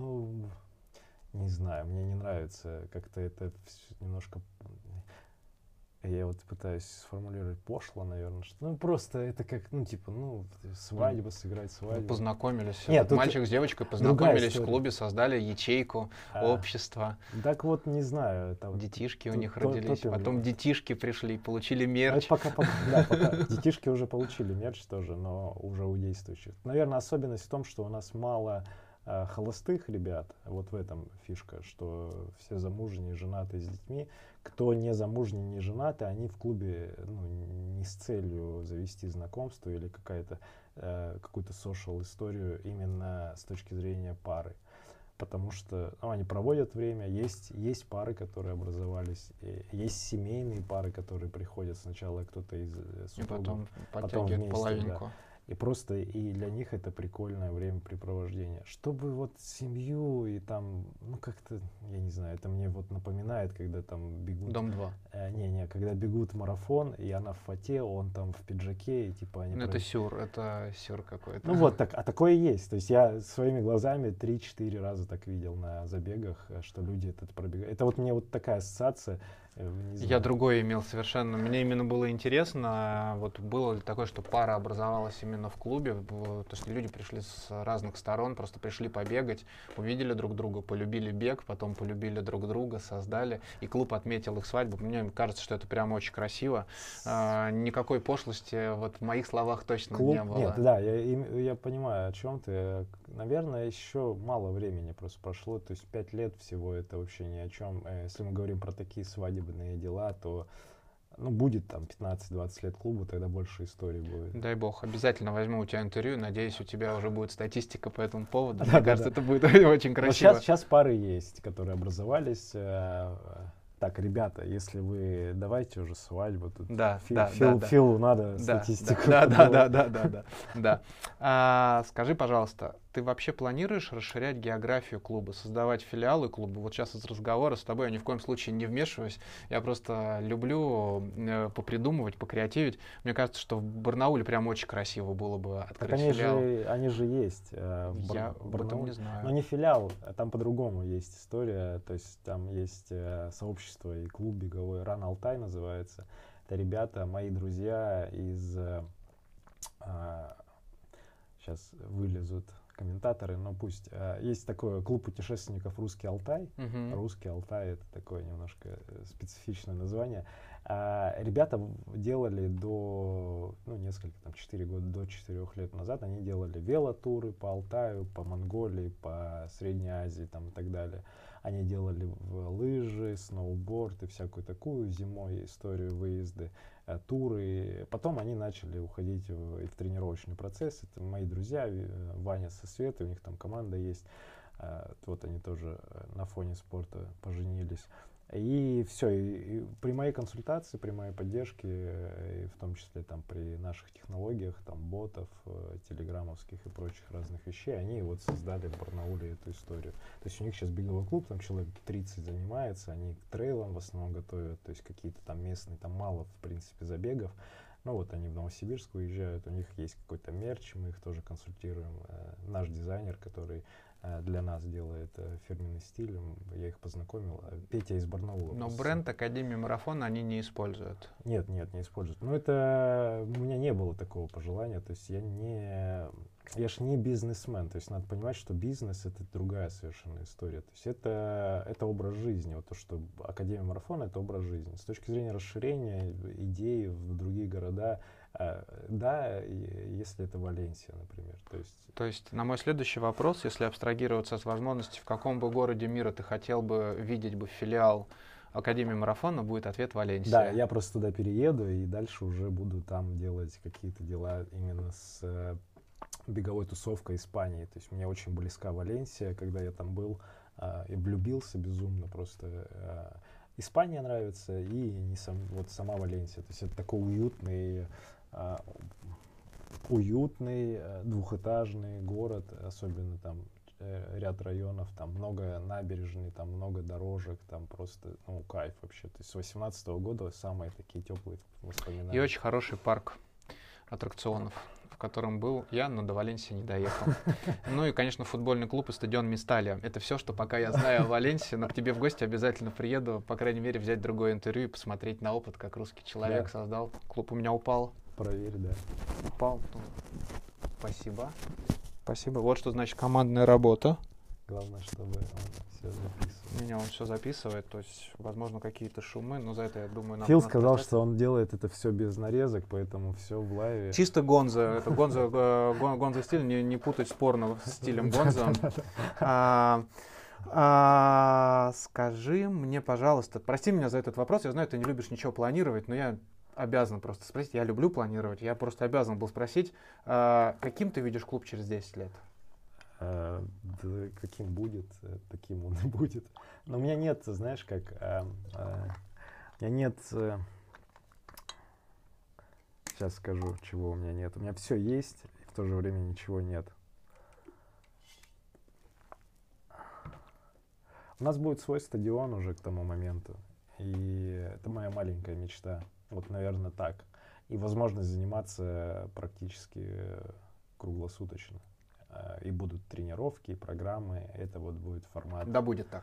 не знаю, мне не нравится как-то это немножко... Я вот пытаюсь сформулировать пошло, наверное, что ну просто это как, ну типа, ну свадьба, mm. сыграть свадьбу. Вы познакомились, Нет, мальчик с девочкой познакомились в клубе, создали ячейку, а, общество. Так вот, не знаю. Это детишки вот, у них то, родились, то, потом то, детишки пришли, получили мерч. Пока, пока, да, пока детишки уже получили мерч тоже, но уже у действующих. Наверное, особенность в том, что у нас мало а, холостых ребят, вот в этом фишка, что все замужние, женатые с детьми. Кто не замужний, не женатый, они в клубе, ну, не с целью завести знакомство или какая-то э, какую-то social историю именно с точки зрения пары. Потому что ну, они проводят время, есть, есть пары, которые образовались, есть семейные пары, которые приходят сначала кто-то из супругов, и потом потом подтягивает вместе, половинку. Да. И просто и для них это прикольное времяпрепровождение. Чтобы вот семью и там, ну как-то, я не знаю, это мне вот напоминает, когда там бегут... Дом два. Э, не-не, когда бегут марафон, и она в фате, он там в пиджаке, и типа они... Ну про... это сюр, это сюр какой-то. Ну вот, так, а такое есть. То есть я своими глазами три-четыре раза так видел на забегах, что люди этот пробегают. Это вот мне вот такая ассоциация. Я другое имел совершенно. Мне именно было интересно, вот было ли такое, что пара образовалась именно в клубе, то что люди пришли с разных сторон, просто пришли побегать, увидели друг друга, полюбили бег, потом полюбили друг друга, создали, и клуб отметил их свадьбу. Мне кажется, что это прямо очень красиво. А, никакой пошлости вот в моих словах точно клуб, не было. Нет, да, я, я понимаю, о чем ты. Наверное, еще мало времени просто прошло, то есть пять лет всего, это вообще ни о чем. Если мы говорим про такие свадебные дела, то ну, будет там пятнадцать-двадцать лет клубу, тогда больше историй будет. Дай бог, обязательно возьму у тебя интервью, надеюсь, у тебя уже будет статистика по этому поводу. Да, Мне да, кажется, да. это будет очень красиво. Сейчас, сейчас пары есть, которые образовались. Так, ребята, если вы давайте уже свадьбу, тут да, Фи, да, Фил, да, Филу надо да, статистику. Да, да, да, да, да, да, да. А, скажи, пожалуйста, ты вообще планируешь расширять географию клуба, создавать филиалы клуба? Вот сейчас из разговора с тобой я ни в коем случае не вмешиваюсь. Я просто люблю э, попридумывать, покреативить. Мне кажется, что в Барнауле прям очень красиво было бы открыть так они филиал. Же, они же есть. Э, в я Бар- об этом не знаю. Но не филиал, а там по-другому есть история. То есть там есть э, сообщество и клуб беговой Run Altai называется. Это ребята, мои друзья из... Э, э, сейчас вылезут комментаторы, но пусть. Э, есть такой клуб путешественников «Русский Алтай». Uh-huh. «Русский Алтай» — это такое немножко специфичное название. Э, ребята делали до, ну, несколько, там, четыре года, до четырех лет назад, они делали велотуры по Алтаю, по Монголии, по Средней Азии, там, и так далее. Они делали лыжи, сноуборд и всякую такую зимой историю, выезды, э, туры. Потом они начали уходить в, в тренировочный процесс. Это мои друзья, Ваня со Светой, у них там команда есть. Э, вот они тоже на фоне спорта поженились. И все, и, и при моей консультации, при моей поддержке, и в том числе там при наших технологиях, там ботов, э, телеграммовских и прочих разных вещей, они вот создали в Барнауле эту историю. То есть у них сейчас беговой клуб, там человек тридцать занимается, они к трейлам в основном готовят, то есть какие-то там местные, там мало в принципе забегов. Ну вот они в Новосибирск уезжают, у них есть какой-то мерч, мы их тоже консультируем. Э, наш дизайнер, который для нас делает э, фирменный стиль, я их познакомил. Петя из Барнаула. Но бренд Академии Марафона они не используют. Нет, нет, не используют. Но это у меня не было такого пожелания. То есть я не, я ж не бизнесмен. То есть надо понимать, что бизнес — это другая совершенно история. То есть это это образ жизни. Вот то, что Академия Марафона — это образ жизни. С точки зрения расширения идей в другие города. Uh, да, если это Валенсия, например. То есть... То есть, на мой следующий вопрос, если абстрагироваться от возможности, в каком бы городе мира ты хотел бы видеть бы филиал Академии Марафона, будет ответ Валенсия. Да, я просто туда перееду и дальше уже буду там делать какие-то дела именно с э, беговой тусовкой Испании. То есть мне очень близка Валенсия, когда я там был э, и влюбился безумно просто. Э, Испания нравится и не сам, вот сама Валенсия. То есть это такой уютный, Uh, уютный uh, двухэтажный город, особенно там uh, ряд районов, там много набережной, там много дорожек, там просто, ну, кайф вообще. То есть с восемнадцатого года самые такие теплые воспоминания. И очень хороший парк аттракционов, в котором был я, но до Валенсии не доехал. Ну и, конечно, футбольный клуб и стадион Месталия. Это все, что пока я знаю о Валенсии, но к тебе в гости обязательно приеду, по крайней мере, взять другое интервью и посмотреть на опыт, как русский человек да. создал. Клуб у меня упал. Проверь, да. Упал. Спасибо. Спасибо. Вот что значит командная работа. Главное, чтобы он все записывал. Не-не, он все записывает, то есть, возможно, какие-то шумы, но за это, я думаю, нам... Фил сказал, что он делает это все без нарезок, поэтому все в лайве. Чисто Гонзо. Это Гонзо, э, Гон- Гонзо стиль, не, не путать с порно стилем Гонзо. А, а, скажи мне, пожалуйста, прости меня за этот вопрос, я знаю, ты не любишь ничего планировать, но я обязан просто спросить, я люблю планировать, я просто обязан был спросить, а, каким ты видишь клуб через десять лет? А, да, каким будет, таким он и будет. Но у меня нет, знаешь, как... А, а, у меня нет... А, сейчас скажу, чего у меня нет. У меня все есть, и в то же время ничего нет. У нас будет свой стадион уже к тому моменту. И это моя маленькая мечта. Вот, наверное, так. И возможность заниматься практически круглосуточно. И будут тренировки, программы. Это вот будет формат. Да будет так.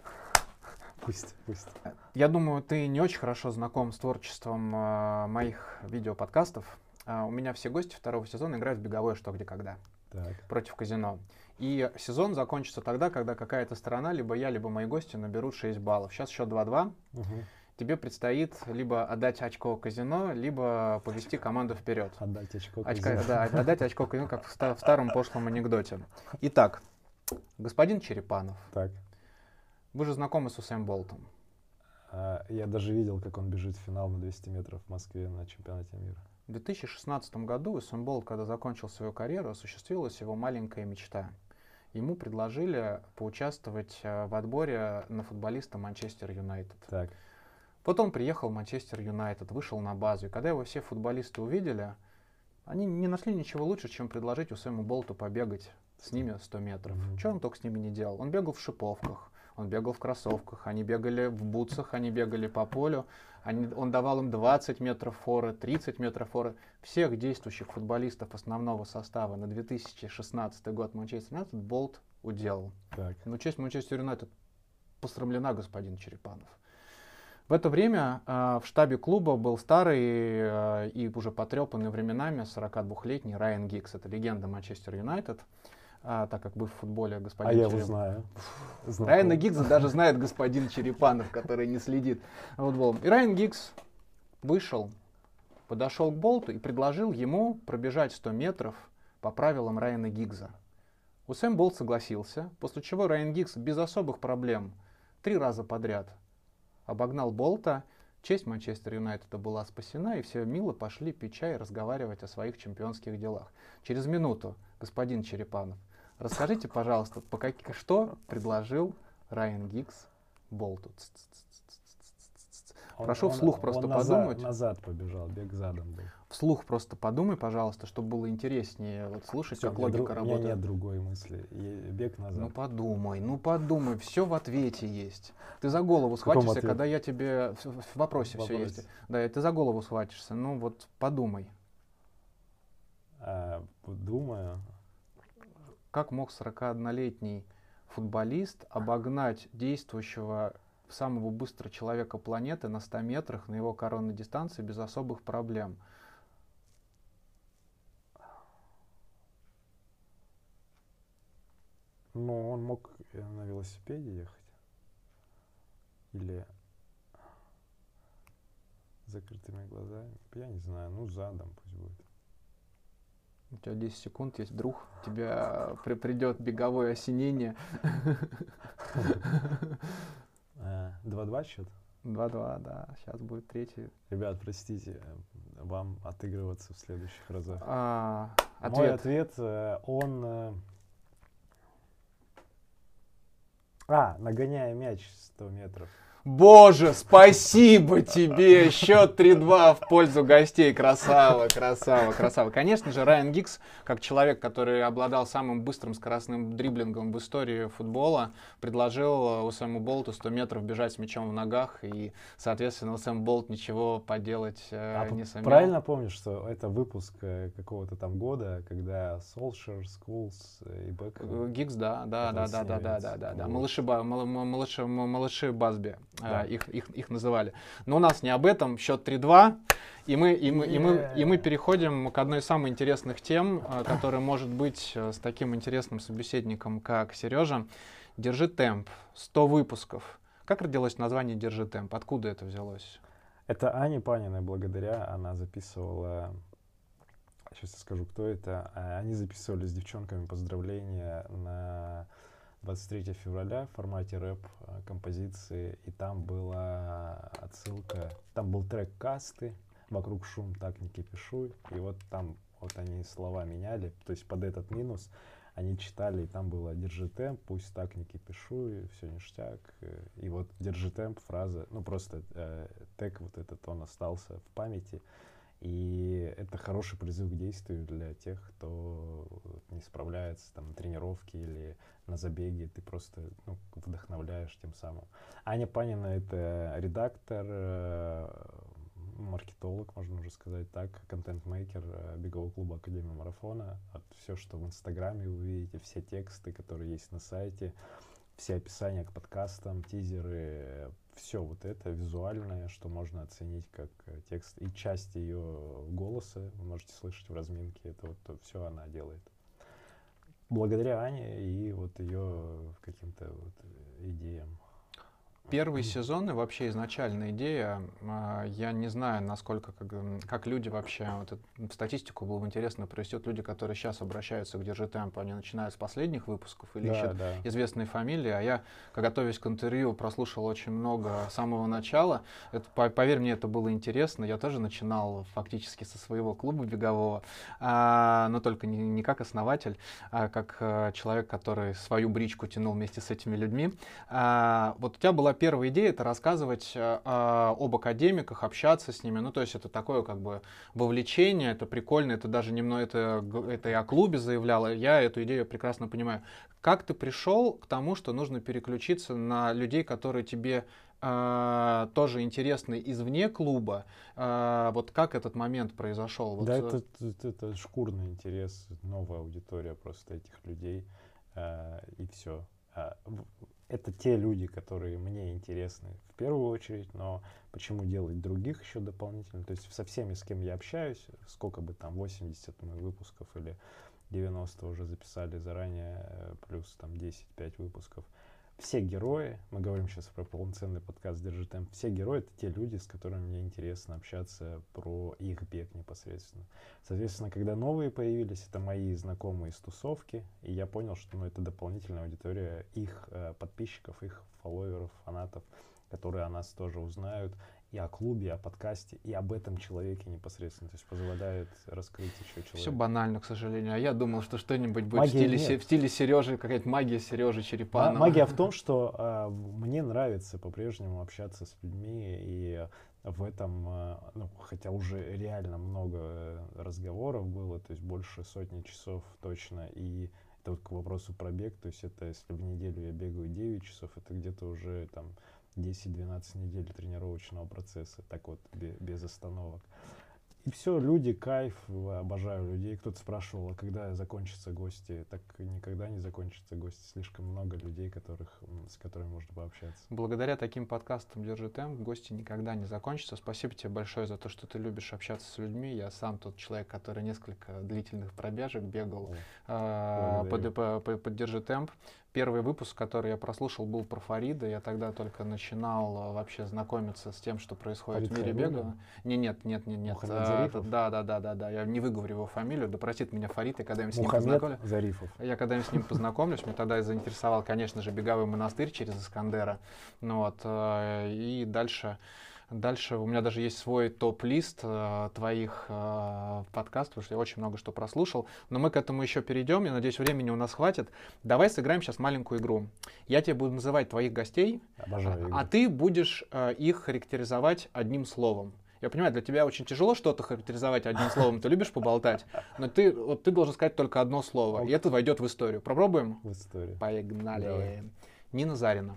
Пусть, пусть. Я думаю, ты не очень хорошо знаком с творчеством э, моих видеоподкастов. Э, у меня все гости второго сезона играют в беговое «Что, где, когда» Так. против казино. И сезон закончится тогда, когда какая-то сторона, либо я, либо мои гости наберут шесть баллов. Сейчас счет два-два. Угу. Тебе предстоит либо отдать очко казино, либо повести команду вперед. Отдать очко Очко, казино. да, отдать очко казино, как в, ста- в старом пошлом анекдоте. Итак, господин Черепанов, Так. вы же знакомы с Усэйн Болтом. А, я даже видел, как он бежит в финал на двести метров в Москве на чемпионате мира. В две тысячи шестнадцатом году Усэйн Болт, когда закончил свою карьеру, осуществилась его маленькая мечта. Ему предложили поучаствовать э, в отборе на футболиста Манчестер Юнайтед. Так. Вот он приехал в Манчестер Юнайтед, вышел на базу, и когда его все футболисты увидели, они не нашли ничего лучше, чем предложить Усэйну Болту побегать с ними сто метров. Mm-hmm. Что он только с ними не делал? Он бегал в шиповках, он бегал в кроссовках, они бегали в бутсах, они бегали по полю, они, он давал им двадцать метров форы, тридцать метров форы. Всех действующих футболистов основного состава на две тысячи шестнадцатый год Манчестер Юнайтед Болт уделал. Так. Но честь Манчестер Юнайтед посрамлена, господин Черепанов. В это время э, в штабе клуба был старый э, и уже потрепанный временами сорокадвухлетний Райан Гиггс. Это легенда Манчестер Юнайтед, э, так как бы в футболе господин А я Череп... его знаю. Знаком. Райана Гиггса даже знает господин Черепанов, который не следит за футболом. И Райан Гиггс вышел, подошел к Болту и предложил ему пробежать сто метров по правилам Райана Гиггса. Усэйн Болт согласился, после чего Райан Гиггс без особых проблем три раза подряд обогнал Болта, честь Манчестер Юнайтеда была спасена, и все мило пошли пить чай и разговаривать о своих чемпионских делах. Через минуту, господин Черепанов, расскажите, пожалуйста, по как... что предложил Райан Гиггс Болту? Он, Прошу он, вслух просто он подумать. Назад, назад побежал, бег задом был. Вслух просто подумай, пожалуйста, чтобы было интереснее вот слушать, Всё, как у меня логика друг- У меня работает. нет другой мысли. И бег назад. Ну подумай, ну подумай, все в ответе есть. Ты за голову В каком схватишься, ответе? когда я тебе в, в вопросе все Вопросе. есть. Да, и ты за голову схватишься. Ну вот подумай, А, думаю. как мог сорокаоднолетний футболист обогнать действующего самого быстрого человека планеты на ста метрах на его коронной дистанции без особых проблем? Ну, он мог э, на велосипеде ехать. Или с закрытыми глазами. Я не знаю, ну задом пусть будет. У тебя десять секунд есть, вдруг тебя при, придет беговое осенение. А, два-два счет? два-два, да, сейчас будет третий. Ребят, простите, э, вам отыгрываться в следующих разах. А, Мой ответ. ответ, э, он... э, А, нагоняя мяч сто метров. Боже, спасибо тебе! Счет три-два в пользу гостей. Красава, красава, красава. Конечно же, Райан Гиггс, как человек, который обладал самым быстрым скоростным дриблингом в истории футбола, предложил Усэйну Болту сто метров бежать с мячом в ногах, и, соответственно, Усэйн Болт ничего поделать э, А не п- сумел. правильно помню, что это выпуск э, какого-то там года, когда Солшер, Скулс и Бекхэм. Гиггс, да, да, да, Который да, да, да, снимается. да, да, да. Вот. Малыши, Ба- мал- мал- малыши, м- малыши Басби. да. э, их, их, их называли. Но у нас не об этом. Счет три-два. И мы, и, мы, и, мы, и мы переходим к одной из самых интересных тем, э, которая может быть э, с таким интересным собеседником, как Сережа. «Держи темп». сто выпусков. Как родилось название «Держи темп»? Откуда это взялось? Это Ане Паниной благодаря. Она записывала... Сейчас я скажу, кто это. Они записывали с девчонками поздравления на двадцать третьего февраля в формате рэп композиции. И там была отсылка, там был трек «Касты», «Вокруг шум, так не кипишуй». И вот там вот они слова меняли, то есть под этот минус они читали, и там было «Держи темп, пусть так не кипишуй, все ништяк». И вот «Держи темп» фраза, ну просто э, тег вот этот, он остался в памяти. И это хороший призыв к действию для тех, кто не справляется там, на тренировке или на забеге. Ты просто ну, вдохновляешь тем самым. Аня Панина — это редактор, маркетолог, можно уже сказать так, контент-мейкер бегового клуба Академия Марафона. Все, что в Инстаграме вы видите, все тексты, которые есть на сайте, все описания к подкастам, тизеры, все вот это визуальное, что можно оценить как текст. И часть ее голоса вы можете слышать в разминке. Это вот все она делает. Благодаря Ане и вот ее каким-то вот идеям. Первый сезон и вообще изначальная идея, я не знаю, насколько, как, как люди вообще, вот эту статистику было бы интересно провести, вот люди, которые сейчас обращаются к «Держи темп», они начинают с последних выпусков или Да, ищут да. известные фамилии, а я, готовясь к интервью, прослушал очень много с самого начала. Это, поверь мне, это было интересно. Я тоже начинал фактически со своего клуба бегового, а, но только не, не как основатель, а как а, человек, который свою бричку тянул вместе с этими людьми. А, вот у тебя была первая идея — это рассказывать э, об академиках, общаться с ними. Ну, то есть это такое как бы вовлечение, это прикольно, это даже немного, это, это и о клубе заявляла. Я эту идею прекрасно понимаю. Как ты пришел к тому, что нужно переключиться на людей, которые тебе э, тоже интересны извне клуба? Э, вот как этот момент произошел? Вот, да, это, это, это шкурный интерес, новая аудитория просто этих людей, э, и все. Это те люди, которые мне интересны в первую очередь, но почему делать других еще дополнительно? То есть со всеми, с кем я общаюсь, сколько бы там, восемьдесят мы выпусков или девяносто уже записали заранее, плюс там десять-пять выпусков. Все герои, мы говорим сейчас про полноценный подкаст «Держи темп», все герои — это те люди, с которыми мне интересно общаться про их бег непосредственно. Соответственно, когда новые появились, это мои знакомые с тусовки, и я понял, что ну, это дополнительная аудитория их э, подписчиков, их фолловеров, фанатов, которые о нас тоже узнают и о клубе, и о подкасте, и об этом человеке непосредственно. То есть позволяет раскрыть еще человека. Все банально, к сожалению. А я думал, что что-нибудь будет в стиле, в стиле Сережи, какая-то магия Сережи Черепанова. Магия в том, что э, мне нравится по-прежнему общаться с людьми, и в этом, э, ну, хотя уже реально много разговоров было, то есть больше сотни часов точно, и это вот к вопросу про бег, то есть это если в неделю я бегаю девять часов, это где-то уже там десять-двенадцать недель тренировочного процесса, так вот, без остановок. И все, люди, кайф, обожаю людей. Кто-то спрашивал, а когда закончатся гости? Так никогда не закончатся гости. Слишком много людей, которых, с которыми можно пообщаться. Благодаря таким подкастам «Держи темп» гости никогда не закончатся. Спасибо тебе большое за то, что ты любишь общаться с людьми. Я сам тот человек, который несколько длительных пробежек бегал э, под, под, под, под «Держи темп». Первый выпуск, который я прослушал, был про Фарида. Я тогда только начинал вообще знакомиться с тем, что происходит Фарид в мире бега. Не, нет, нет, нет, нет. А, да, да, да, да, да. Я не выговорю его фамилию. Да простит меня Фарид, я когда-нибудь с ним познакомлюсь. Зарифов. Я когда-нибудь с ним познакомлюсь, меня тогда заинтересовал, конечно же, беговой монастырь через Искандера. Ну вот, и дальше. Дальше у меня даже есть свой топ-лист э, твоих э, подкастов, потому что я очень много что прослушал. Но мы к этому еще перейдем. Я надеюсь, времени у нас хватит. Давай сыграем сейчас маленькую игру. Я тебе буду называть твоих гостей, Обожаю а, а ты будешь э, их характеризовать одним словом. Я понимаю, для тебя очень тяжело что-то характеризовать одним словом. Ты любишь поболтать, но ты, вот, ты должен сказать только одно слово, и это войдет в историю. Попробуем? В историю. Погнали. Давай. Нина Зарина.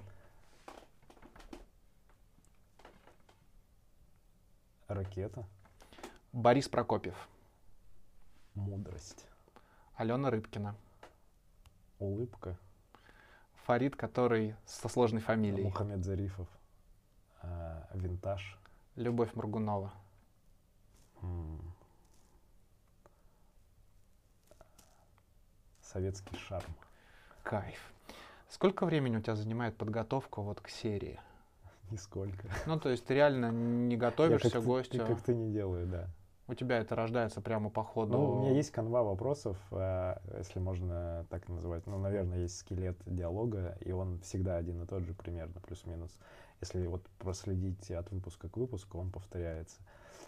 Ракета. Борис Прокопьев. Мудрость. Алена Рыбкина. Улыбка. Фарид, который со сложной фамилией. Мухаммед Зарифов. э, винтаж. Любовь Моргунова. М. Советский шарм. Кайф. Сколько времени у тебя занимает подготовка вот к серии? Нисколько. Ну, то есть ты реально не Я готовишься как к ты, гостю? ты как ты не делаю, да. У тебя это рождается прямо по ходу? Ну, у меня есть канва вопросов, э, если можно так назвать. Ну, наверное, есть скелет диалога, и он всегда один и тот же примерно, плюс-минус. Если вот проследить от выпуска к выпуску, он повторяется.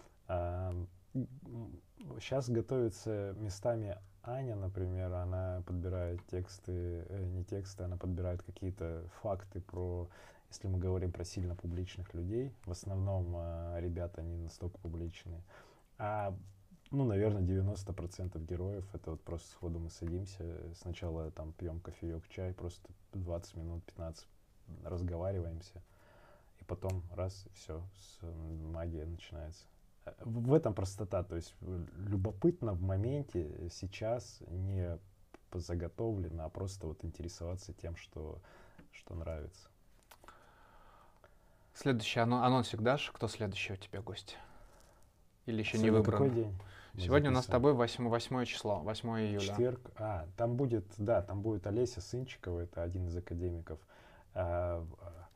Сейчас готовится местами Аня, например, она подбирает тексты, э, не тексты, она подбирает какие-то факты про, если мы говорим про сильно публичных людей, в основном э, ребята не настолько публичные. А, ну, наверное, девяносто процентов героев, это вот просто сходу мы садимся, сначала там пьем кофеек, чай, просто двадцать минут, пятнадцать разговариваемся, и потом раз, все, магия начинается. В этом простота, то есть любопытно в моменте, сейчас не заготовлено, а просто вот интересоваться тем, что, что нравится. Следующий анон- анонсик дашь? Кто следующий у тебя гость? Или еще не Сегодня выбран? какой день? Мы Сегодня у нас с записываем? тобой восьмое, восьмое число, восьмое июля. Четверг. А, там будет, да, там будет Олеся Сынчикова, это один из академиков. А,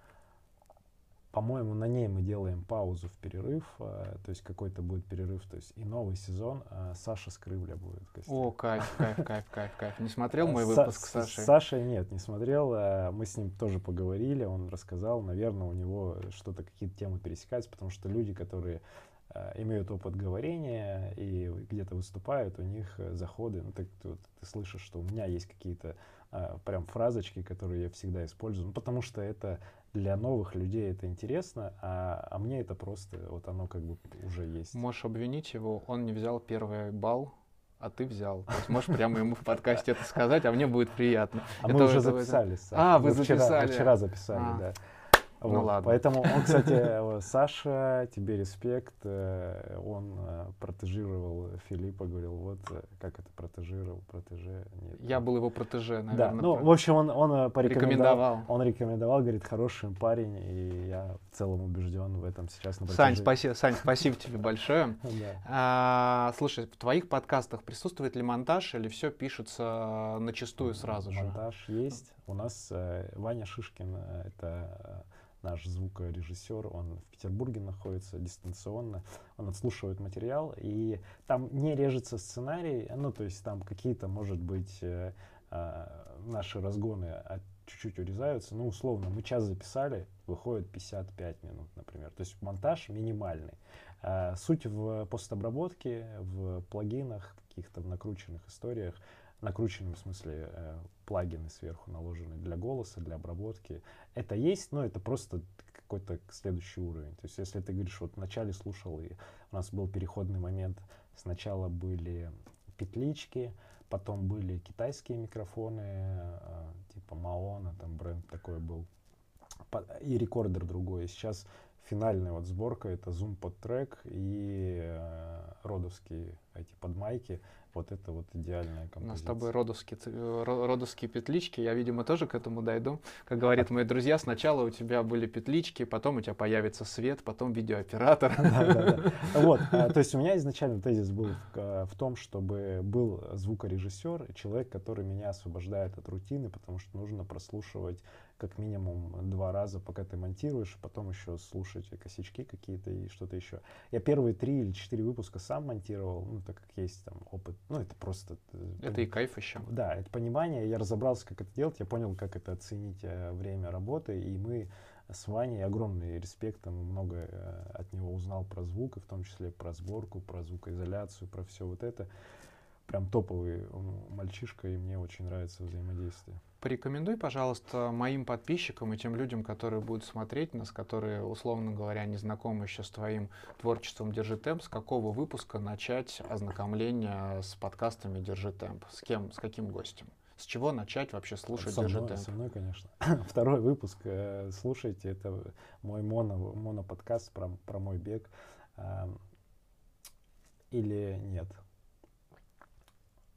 по-моему, на ней мы делаем паузу в перерыв, а, то есть какой-то будет перерыв, то есть и новый сезон, а Саша Скрывля будет в гостях. О, кайф, кайф, кайф, кайф, кайф. Не смотрел мой Са- выпуск с с Сашей? Сашей нет, не смотрел. а, Мы с ним тоже поговорили, он рассказал, наверное, у него что-то, какие-то темы пересекаются, потому что люди, которые а, имеют опыт говорения и где-то выступают, у них э, заходы, ну, ты, ты, вот, ты слышишь, что у меня есть какие-то а, прям фразочки, которые я всегда использую, ну, потому что это для новых людей это интересно, а, а мне это просто, вот оно как бы уже есть. Можешь обвинить его, он не взял первый балл, а ты взял. То есть можешь прямо ему в подкасте это сказать, а мне будет приятно. А Это- мы уже это- записали. с Сашей. А, вы Мы вчера, записали. мы вчера записали, А. да. Ну Вот. ладно. Поэтому он, кстати, э, Саша, тебе респект, э, он э, протежировал Филиппа, говорил, вот э, как это протежировал, протеже. Нет, Я ну, был его протеже, Да, наверное. ну, про- в общем, он, он э, порекомендовал, Рекомендовал. он рекомендовал, говорит, хороший парень, и я в целом убежден в этом сейчас. На Сань, протяжении- спасибо, Сань, спасибо тебе большое. Да. А, слушай, в твоих подкастах присутствует ли монтаж или все пишется начистую сразу же? Монтаж есть. У нас э, Ваня Шишкин, э, это э, наш звукорежиссер, он в Петербурге находится дистанционно, он отслушивает материал, и там не режется сценарий, ну, то есть там какие-то, может быть, э, э, наши разгоны от- чуть-чуть урезаются, ну, условно, мы час записали, выходит пятьдесят пять минут, например, то есть монтаж минимальный. А суть в постобработке, в плагинах, каких-то в накрученных историях, накрученным в смысле э, плагины сверху наложены для голоса, для обработки. Это есть, но это просто какой-то следующий уровень. То есть если ты говоришь, вот вначале слушал, и у нас был переходный момент, сначала были петлички, потом были китайские микрофоны, э, типа Маона, там бренд такой был, по- и рекордер другой. И сейчас финальная вот сборка — это Zoom под трек и э, родовские эти подмайки. Вот это вот идеальная У композиция. нас с тобой родовские, ц- э, ро- родовские петлички. Я, видимо, тоже к этому дойду. Как говорят мои друзья, сначала у тебя были петлички, потом у тебя появится свет, потом видеооператор. Да, да, да. Вот, а, то есть у меня изначально тезис был в, а, в том, чтобы был звукорежиссер, человек, который меня освобождает от рутины, потому что нужно прослушивать как минимум два раза, пока ты монтируешь, потом еще слушать косячки какие-то и что-то еще. Я первые три или четыре выпуска сам монтировал, ну, так как есть там опыт, ну, это просто... э, Это и кайф еще. Да, это понимание, я разобрался, как это делать, я понял, как это оценить э, время работы, и мы с Ваней, огромный респект, там много э, от него узнал про звук, и в том числе про сборку, про звукоизоляцию, про все вот это. Прям топовый м, мальчишка, и мне очень нравится взаимодействие. Порекомендуй, пожалуйста, моим подписчикам и тем людям, которые будут смотреть нас, которые, условно говоря, не знакомы еще с твоим творчеством «Держи темп», с какого выпуска начать ознакомление с подкастами «Держи темп»? С кем, с каким гостем? С чего начать вообще слушать со «Держи мной, темп»? со мной, конечно. Второй выпуск, э, слушайте, это мой моно, моноподкаст про, про мой бег. Э, или нет?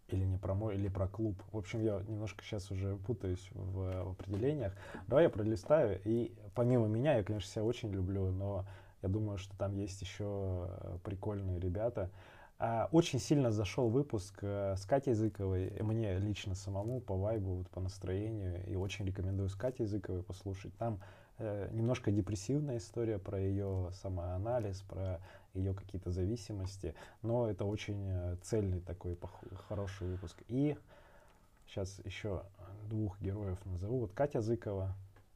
или не про мой, или про клуб. В общем, я немножко сейчас уже путаюсь в, в определениях. Давай я пролистаю, и помимо меня, я, конечно, себя очень люблю, но я думаю, что там есть еще прикольные ребята. А, очень сильно зашел выпуск э, с Катей Зыковой, мне лично самому по вайбу, вот, по настроению, и очень рекомендую с Катей Зыковой послушать. Там э, немножко депрессивная история про ее самоанализ, про ее какие-то зависимости, но это очень э, цельный такой пох- хороший выпуск. И сейчас еще двух героев назову. Вот Катя Зыкова,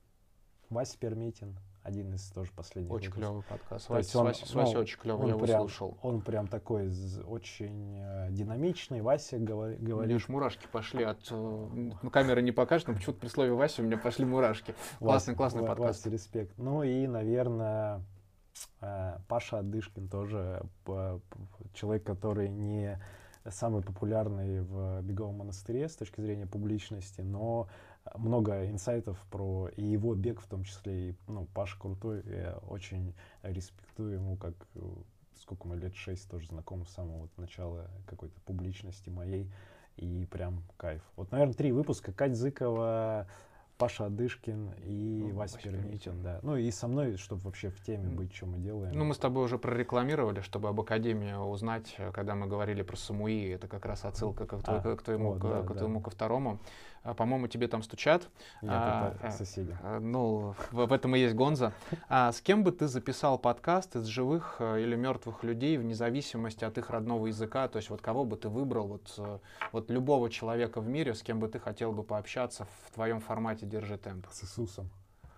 Вася Пермитин, один из тоже последних Очень выпусков. клевый подкаст. То есть Вася, он, Вася, с Васей ну, очень клевый, он я его прям, слушал. Он прям такой з- очень э, динамичный. Вася говори- У меня говорит... аж мурашки пошли от... э, Ну, камера не покажет, но почему-то при слове Вася у меня пошли мурашки. Классный, Вася, классный Ва- подкаст. Вася, респект. Ну и, наверное, э, Паша Адышкин тоже п- п- человек, который не самый популярный в Беговом монастыре с точки зрения публичности, но много инсайтов про и его бег в том числе. И, ну, Паша крутой, я очень респектую ему, как э, сколько мы лет шесть тоже знакомы с самого вот начала какой-то публичности моей, и прям кайф. Вот, наверное, три выпуска: Кать Зыкова, Паша Адышкин и Ну, Вася Вася Пермитин, Пермитин. да. Ну и со мной, чтобы вообще в теме М. быть, что мы делаем. Ну, мы с тобой уже прорекламировали, чтобы об Академии узнать, э, когда мы говорили про Самуи. Это как раз отсылка к, А, к- к твоему, вот, к, да, к да. твоему ко второму. А, по-моему, тебе там стучат. Нет, А, это а, соседи. а, ну, в, в этом и есть Гонза. А с кем бы ты записал подкаст из живых э, или мертвых людей, вне зависимости от их родного языка? То есть вот кого бы ты выбрал, вот, э, вот любого человека в мире, с кем бы ты хотел бы пообщаться в твоем формате «Держи темп»? С Иисусом.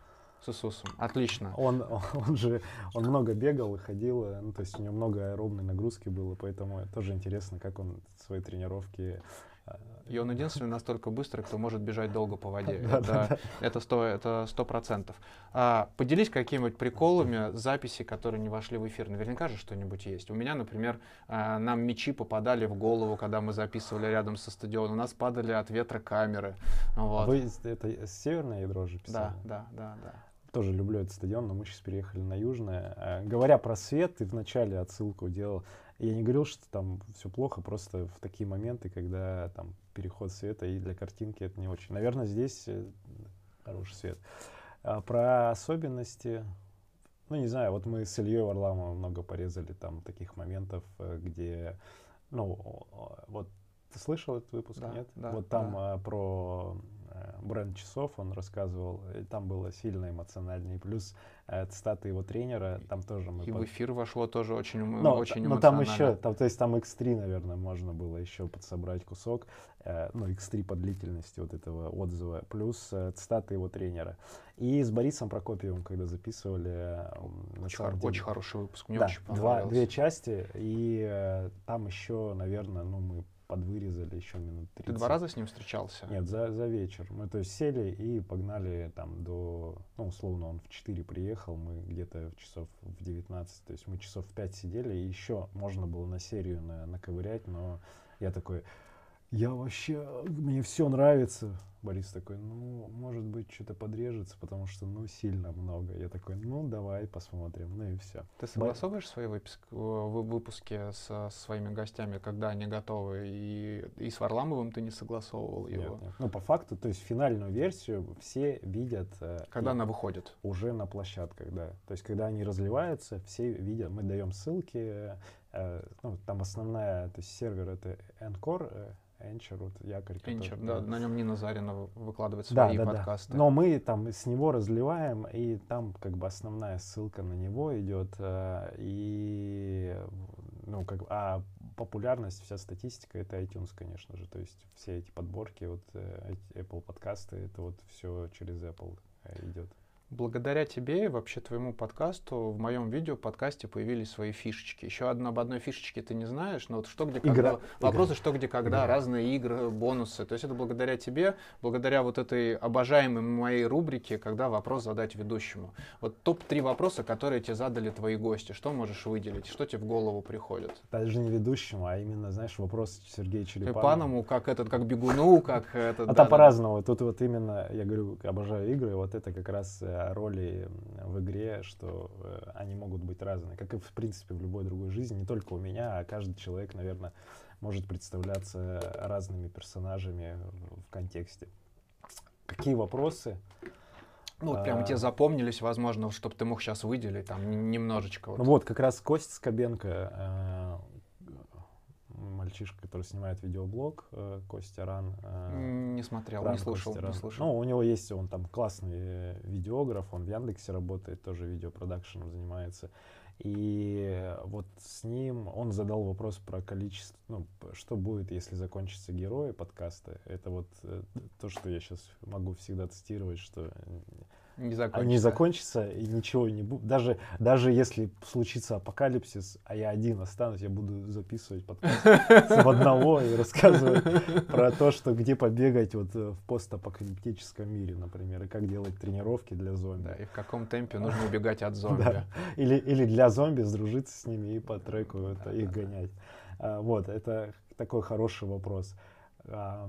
С Иисусом. Отлично. Он, он же, он много бегал и ходил, э, ну, то есть у него много аэробной нагрузки было, поэтому тоже интересно, как он свои тренировки... э, И он единственный настолько быстрый, кто может бежать долго по воде. Да, Это, да, да. это сто, это сто процентов. А, поделись какими-нибудь приколами записи, которые не вошли в эфир. Наверняка же что-нибудь есть. У меня, например, а, нам мячи попадали в голову, когда мы записывали рядом со стадионом. У нас падали от ветра камеры. А Вот. вы из- это с северное ядро же писали? Да, да, да, да. Тоже люблю этот стадион, но мы сейчас переехали на Южное. А, говоря про свет, ты вначале отсылку делал. Я не говорил, что там все плохо, просто в такие моменты, когда там переход света, и для картинки это не очень. Наверное, здесь э, хороший свет. А про особенности, ну, не знаю, вот мы с Ильей Варламовым много порезали там таких моментов, э, где, ну, о- вот ты слышал этот выпуск, Да, нет? да, Вот там да. а, про э, бренд часов он рассказывал, и там было сильно эмоционально, и плюс э, цитаты его тренера, там тоже мы... И под- в эфир вошло тоже очень, эмо- но, очень но там эмоционально. еще, там, то есть там икс три, наверное, можно было еще подсобрать кусок, э, ну, икс три по длительности вот этого отзыва, плюс э, цитаты его тренера. И с Борисом Прокопьевым, когда записывали, э, на Очень, самом хор- деле- очень хороший выпуск, мне да, очень два, понравился. две части, и э, там еще, наверное, ну, мы подвырезали еще минут тридцать. Ты два раза с ним встречался? Нет, за, за вечер. Мы, то есть, сели и погнали там до, ну, условно, он в четыре приехал, мы где-то в часов в девятнадцать, то есть мы часов в пять сидели, и еще можно было на серию на, наковырять, но я такой, я вообще, мне все нравится. Борис такой, ну, может быть, что-то подрежется, потому что, ну, сильно много. Я такой, ну, давай посмотрим, ну и все. Ты согласовываешь свои выпуск, вы- выпуски со своими гостями, когда они готовы? И, и с Варламовым ты не согласовывал Нет, его? нет. Ну, по факту, то есть финальную версию все видят э, Когда и она выходит? уже на площадках, да. То есть, когда они разливаются, все видят, мы даем ссылки, э, ну, там основная, то есть сервер это Encore, э, Anchor, вот якорь. который- Энчер, да, на нем Нина Зарина вы- выкладывает Да, свои да, да. подкасты. Но мы там с него разливаем, и там как бы основная ссылка на него идет, э, и ну как бы, а популярность, вся статистика это iTunes, конечно же, то есть все эти подборки, вот э, эти Apple подкасты, это вот все через Apple э, идет. Благодаря тебе и вообще твоему подкасту в моем видео подкасте появились свои фишечки. Еще одно, об одной фишечке ты не знаешь, но вот что, где, когда. Игра. Вопросы, что, где, когда, Игра. разные игры, бонусы. То есть это благодаря тебе, благодаря вот этой обожаемой моей рубрике, когда вопрос задать ведущему. Вот топ-три вопроса, которые тебе задали твои гости. Что можешь выделить? Что тебе в голову приходит? Даже не ведущему, а именно, знаешь, вопрос Сергея Черепанова. Паному, как этот, как бегуну, как этот. А да, там да, по-разному. Тут вот именно, я говорю, обожаю игры, вот это как раз э, роли в игре, что э, они могут быть разные. Как и, в принципе, в любой другой жизни, не только у меня, а каждый человек, наверное, может представляться разными персонажами в контексте. Какие вопросы? Ну, вот прям тебе запомнились, возможно, чтобы ты мог сейчас выделить там немножечко. Вот. Ну вот, как раз Костя Скобенко, мальчишка, который снимает видеоблог, Костя Ран. Не смотрел, не слушал, не слышал. Ну, у него есть, он там классный видеограф, он в Яндексе работает, тоже видеопродакшеном занимается. И вот с ним он задал вопрос про количество, ну, что будет, если закончатся герои подкаста. Это вот то, что я сейчас могу всегда цитировать, что не закончится. Они закончатся, и ничего не будет. Даже, даже если случится апокалипсис, а я один останусь, я буду записывать подкаст с одного и рассказывать про то, что где побегать вот в постапокалиптическом мире, например, и как делать тренировки для зомби. Да, и в каком темпе нужно убегать от зомби. Да. Или, или для зомби сдружиться с ними и по треку это, их гонять. А, вот, это такой хороший вопрос. А,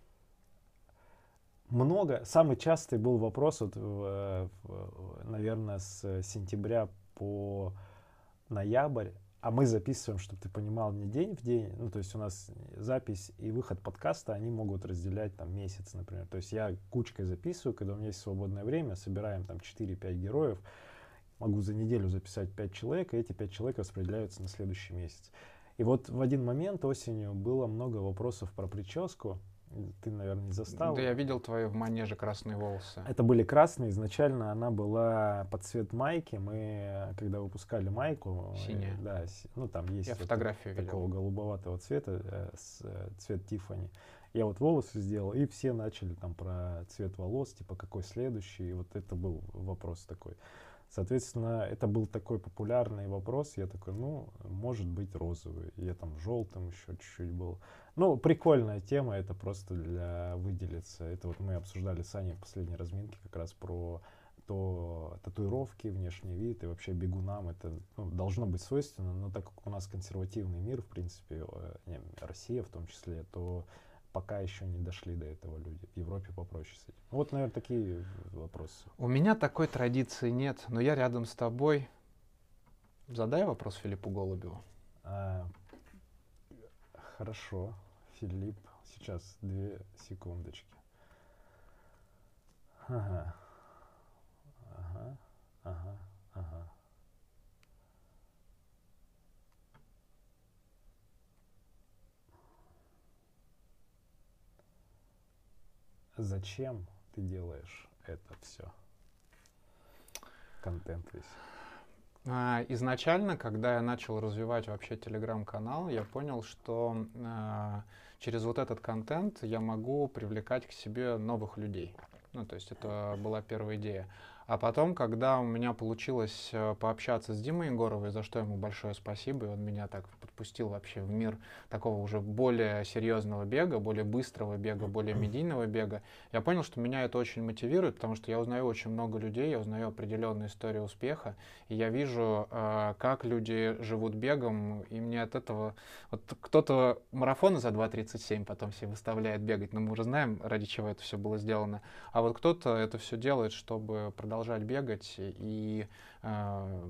Много, самый частый был вопрос, вот, в, в, наверное, с сентября по ноябрь, а мы записываем, чтобы ты понимал, не день в день, ну, то есть у нас запись и выход подкаста, они могут разделять там месяц, например. То есть я кучкой записываю, когда у меня есть свободное время, собираем там четыре-пять героев, могу за неделю записать пять человек, и эти пять человек распределяются на следующий месяц. И вот в один момент осенью было много вопросов про прическу. Ты, наверное, не застал. Да, я видел твои в манеже красные волосы. Это были красные. Изначально она была под цвет майки. Мы, когда выпускали майку... Синяя. Да, ну там есть... Я вот фотографию видел. Такого голубоватого цвета, э, с, э, цвет Тиффани. Я вот волосы сделал, и все начали там про цвет волос, типа какой следующий. И вот это был вопрос такой. Соответственно, это был такой популярный вопрос. Я такой, ну, может быть, розовый. Я там желтым еще чуть-чуть был. Ну, прикольная тема, это просто для выделиться. Это вот мы обсуждали с Аней в последней разминке как раз про то татуировки, внешний вид и вообще бегунам. Это ну, должно быть свойственно, но так как у нас консервативный мир, в принципе, не, Россия в том числе, то пока еще не дошли до этого люди. В Европе попроще с этим. Вот, наверное, такие вопросы. У меня такой традиции нет, но я рядом с тобой. Задай вопрос Филиппу Голубеву. А, хорошо, Филипп. Сейчас две секундочки. Ага. Ага. Ага. Ага. Зачем ты делаешь это все? Контент весь. А, изначально, когда я начал развивать вообще телеграм-канал, я понял, что а, через вот этот контент я могу привлекать к себе новых людей. Ну, то есть это была первая идея. А потом, когда у меня получилось э, пообщаться с Димой Егоровой, за что ему большое спасибо, и он меня так подпустил вообще в мир такого уже более серьезного бега, более быстрого бега, более медийного бега, я понял, что меня это очень мотивирует, потому что я узнаю очень много людей, я узнаю определенную историю успеха, и я вижу, э, как люди живут бегом, и мне от этого... Вот кто-то марафоны за два тридцать семь потом себе выставляет бегать, но мы уже знаем, ради чего это все было сделано. А вот кто-то это все делает, чтобы продолжать бегать и э,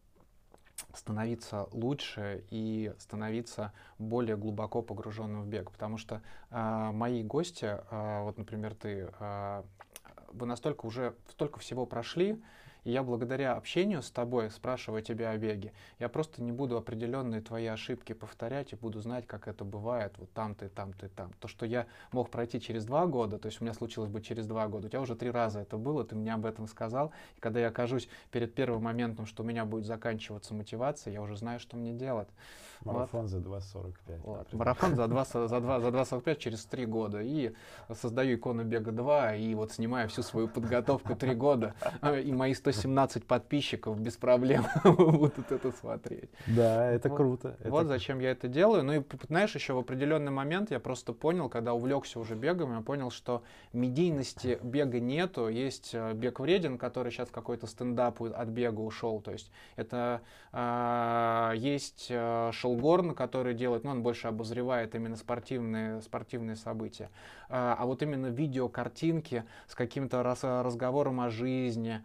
становиться лучше и становиться более глубоко погруженным в бег. Потому что э, мои гости, э, вот, например, ты, э, вы настолько уже столько всего прошли, и я благодаря общению с тобой, спрашивая тебя о беге, я просто не буду определенные твои ошибки повторять и буду знать, как это бывает, вот там ты, там ты, там. То, что я мог пройти через два года, то есть у меня случилось бы через два года, у тебя уже три раза это было, ты мне об этом сказал, и когда я окажусь перед первым моментом, что у меня будет заканчиваться мотивация, я уже знаю, что мне делать. Марафон вот. за два сорок пять. Вот. Марафон за два сорок пять через три года. И создаю икону бега два, и вот снимаю всю свою подготовку три года. И мои сто семнадцать подписчиков без проблем будут это смотреть. Да, это вот. круто. Вот это... зачем я это делаю. Ну и, знаешь, еще в определенный момент я просто понял, когда увлекся уже бегом, я понял, что медийности бега нету. Есть бег вреден, который сейчас какой-то стендап от бега ушел. То есть это э, есть Шелгорн, который делает, ну он больше обозревает именно спортивные, спортивные события. А, а вот именно видео, картинки с каким-то раз, разговором о жизни,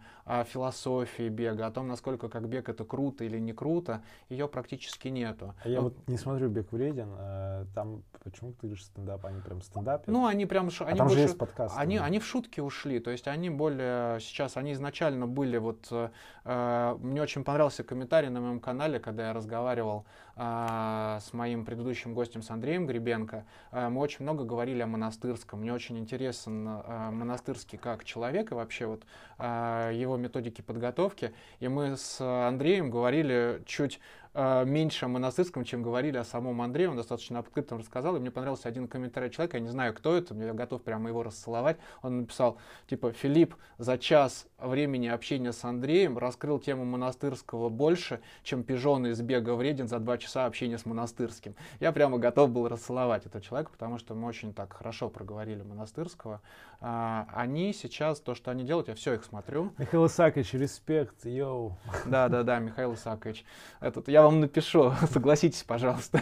философии бега, о том, насколько как бег это круто или не круто, ее практически нету. А я Ну, вот не смотрю «Бег вреден», а там почему ты говоришь стендап, они прям стендапят? Ну, они прям... ш- а они там же больше, есть подкасты. они, да. они в шутки ушли, то есть они более сейчас, они изначально были вот... э, э, мне очень понравился комментарий на моем канале, когда я разговаривал э, с моим предыдущим гостем, с Андреем Гребенко. Э, мы очень много говорили о монастырском. Мне очень интересен э, монастырский как человек и вообще вот э, его методики подготовки. И мы с Андреем говорили чуть э, меньше о монастырском, чем говорили о самом Андрее. Он достаточно открыто рассказал, и мне понравился один комментарий человека, я не знаю, кто это, я готов прямо его расцеловать. Он написал, типа, Филипп за час времени общения с Андреем раскрыл тему монастырского больше, чем пижон из «Бега вреден» за два часа общения с монастырским. Я прямо готов был расцеловать этого человека, потому что мы очень так хорошо проговорили монастырского. А, они сейчас, то, что они делают, я все их смотрю. Михаил Исаакович, респект, йоу. Да, да, да, Михаил Исаакович. Этот, я вам напишу, согласитесь, пожалуйста.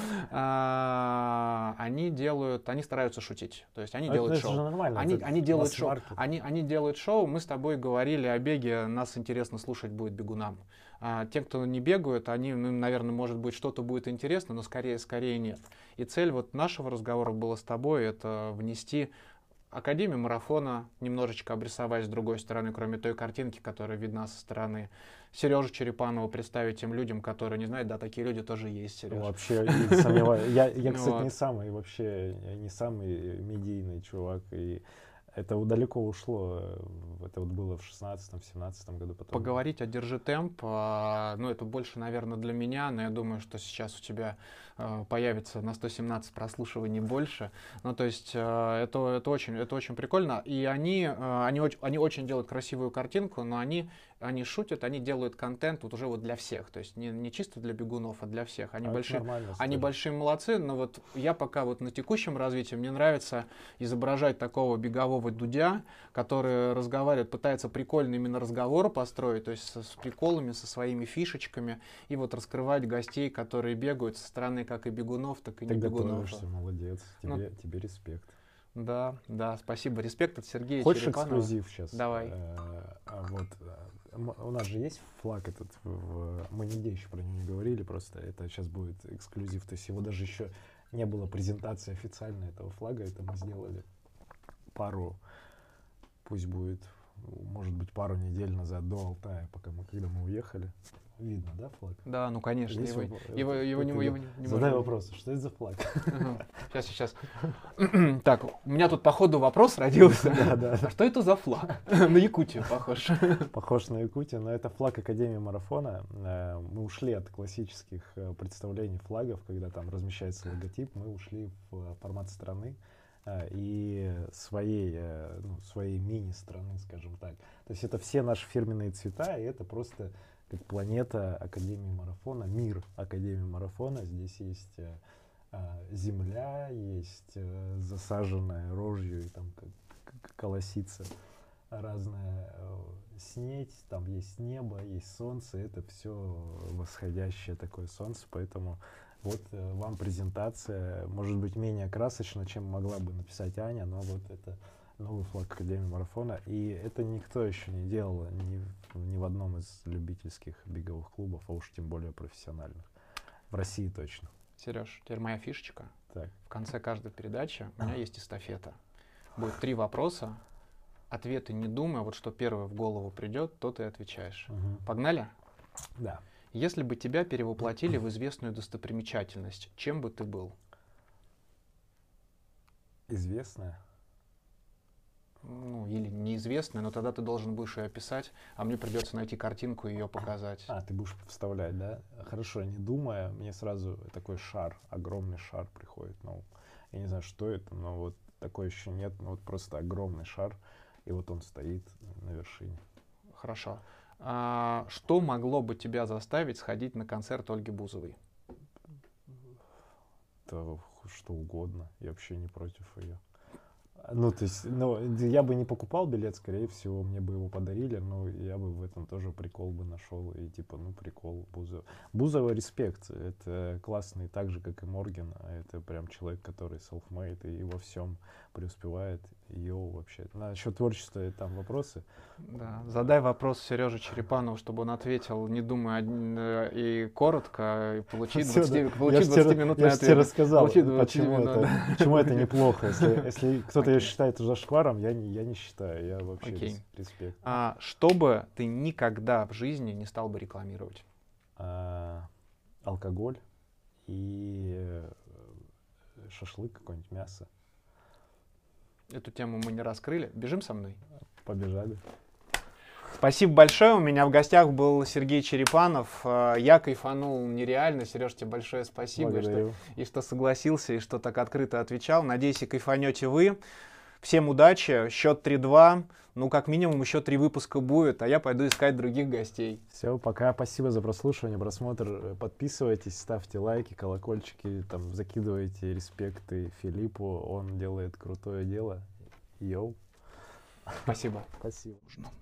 А, они делают, они стараются шутить. То есть они А делают это шоу. же нормально. Они, это они делают шоу. масс-маркет. Они, они делают шоу. Мы с тобой говорили о беге. Нас интересно слушать будет бегунам. А, те, кто не бегают, они, ну, наверное, может быть, что-то будет интересно, но скорее, скорее нет. И цель вот нашего разговора была с тобой, это внести Академию марафона, немножечко обрисовать с другой стороны, кроме той картинки, которая видна со стороны. Сережу Черепанова представить тем людям, которые не знают, да, такие люди тоже есть, Сережа. Вообще, не сомневаюсь. Я, я, Ну кстати, вот. не самый вообще, не самый медийный чувак. И это далеко ушло. Это вот было в шестнадцатом-семнадцатом году. Потом... Поговорить о «Держи темп», а, ну, это больше, наверное, для меня, но я думаю, что сейчас у тебя а, появится на сто семнадцать прослушиваний больше. Ну, то есть а, это, это, очень, это очень прикольно. И они, а, они, оч- они очень делают красивую картинку, но они, они шутят, они делают контент вот уже вот для всех. То есть не, не чисто для бегунов, а для всех. Они, А это большие, нормально, они скажи. большие молодцы, но вот я пока вот на текущем развитии, мне нравится изображать такого бегового дудя, который разговаривает, пытается прикольно именно разговор построить, то есть со, с приколами, со своими фишечками, и вот раскрывать гостей, которые бегают со стороны как и бегунов, так и Ты не бегунов. готовишься, молодец. Ну, Тебе, тебе респект. Да, да, спасибо. Респект от Сергея Хочешь Черепанова. эксклюзив сейчас? Давай. Э, а вот э, м- у нас же есть флаг этот, в- в- мы нигде еще про него не говорили, просто это сейчас будет эксклюзив, то есть его даже еще не было презентации официальной этого флага, это мы сделали пару, пусть будет, может быть, пару недель назад до Алтая, пока мы, когда мы уехали. Видно, да, флаг? Да, ну конечно. Есть Его, вопрос? его, Это- его, не, это его я- не, не Задай можно- вопрос, что это за флаг? Сейчас, сейчас. Так, у меня тут по ходу вопрос родился. Да, да. А что это за флаг? На Якутию похож. Похож на Якутию, но это флаг Академии марафона. Э, Мы ушли от классических э, представлений флагов, когда там размещается логотип, мы ушли в э, формат страны э, и своей, э, ну, своей мини-страны, скажем так. То есть это все наши фирменные цвета, и это просто как планета Академии марафона, мир Академии марафона. Здесь есть э, э, земля, есть э, засаженная рожью и там как, как колосица разная э, снедь, там есть небо, есть солнце, это все восходящее такое солнце, поэтому вот э, вам презентация, может быть, менее красочно, чем могла бы написать Аня, но вот это новый флаг Академии марафона, и это никто еще не делал ни, в- ни в одном из любительских беговых клубов, а уж тем более профессиональных. В России точно. Сереж, теперь моя фишечка. Так. В конце каждой передачи у меня есть эстафета. Будет три вопроса. Ответы не думай, вот что первое в голову придет, то ты отвечаешь. Мгм. Погнали? Да. Если бы тебя перевоплотили в известную достопримечательность, чем бы ты был? Известная. Ну, или неизвестная, но тогда ты должен будешь ее описать, а мне придется найти картинку и ее показать. А, ты будешь вставлять, да? Хорошо, не думая, мне сразу такой шар, огромный шар приходит. Ну, я не знаю, что это, но вот такой еще нет. Ну, вот просто огромный шар, и вот он стоит на вершине. Хорошо. А, что могло бы тебя заставить сходить на концерт Ольги Бузовой? То что угодно, я вообще не против ее. Ну, то есть, ну, я бы не покупал билет, скорее всего, мне бы его подарили, но я бы в этом тоже прикол бы нашел. И типа, ну, прикол, Бузова. Бузова респект, это классный, так же, как и Морген. Это прям человек, который self-made и во всем преуспевает. Йоу, вообще. Насчет творчества и там вопросы. Да. Задай вопрос Сереже Черепанову, чтобы он ответил, не думая э, и коротко, и получить двадцатиминутный ответ. Я тебе рассказал, почему это, почему это неплохо. Если, если кто-то okay. считает зашкваром, я не, я не считаю. Я вообще okay. респект. А, что бы ты никогда в жизни не стал бы рекламировать? А, алкоголь и шашлык, какое-нибудь мясо. Эту тему мы не раскрыли. Бежим со мной? Побежали. Спасибо большое. У меня в гостях был Сергей Черепанов. Я кайфанул нереально. Сереж, тебе большое спасибо. И что, и что согласился, и что так открыто отвечал. Надеюсь, и кайфанете вы. Всем удачи. Счет три-два. Ну, как минимум, еще три выпуска будет, а я пойду искать других гостей. Все, пока. Спасибо за прослушивание, просмотр. Подписывайтесь, ставьте лайки, колокольчики, там, закидывайте респекты Филиппу. Он делает крутое дело. Йоу. Спасибо. Спасибо.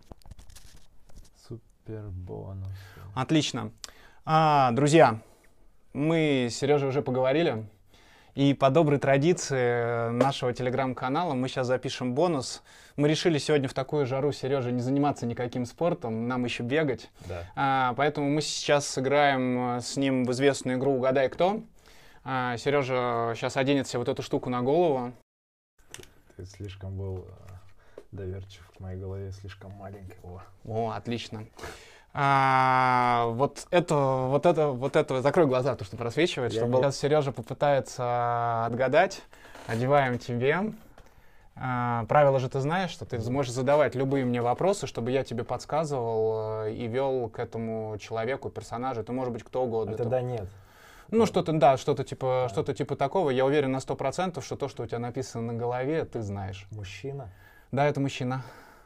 Супер бонус. Отлично. А, друзья, мы с Сережей уже поговорили. И по доброй традиции нашего телеграм-канала мы сейчас запишем бонус. Мы решили сегодня в такую жару, Сережа, не заниматься никаким спортом, нам еще бегать. Да. А, поэтому мы сейчас сыграем с ним в известную игру «Угадай, кто?». А, Сережа сейчас оденет себе вот эту штуку на голову. Ты слишком был доверчив к моей голове, слишком маленький. О, О отлично. А, вот это, вот это, вот это, закрой глаза, то, что просвечивает, Я чтобы не... сейчас Сережа попытается отгадать. Одеваем тебе. А, правила же ты знаешь, что ты можешь задавать любые мне вопросы, чтобы я тебе подсказывал и вел к этому человеку, персонажу. Это может быть кто угодно. Это да нет. Ну, что-то, да, что-то типа, да. что-то типа такого. Я уверен на сто процентов, что то, что у тебя написано на голове, ты знаешь. Мужчина? Да, это мужчина.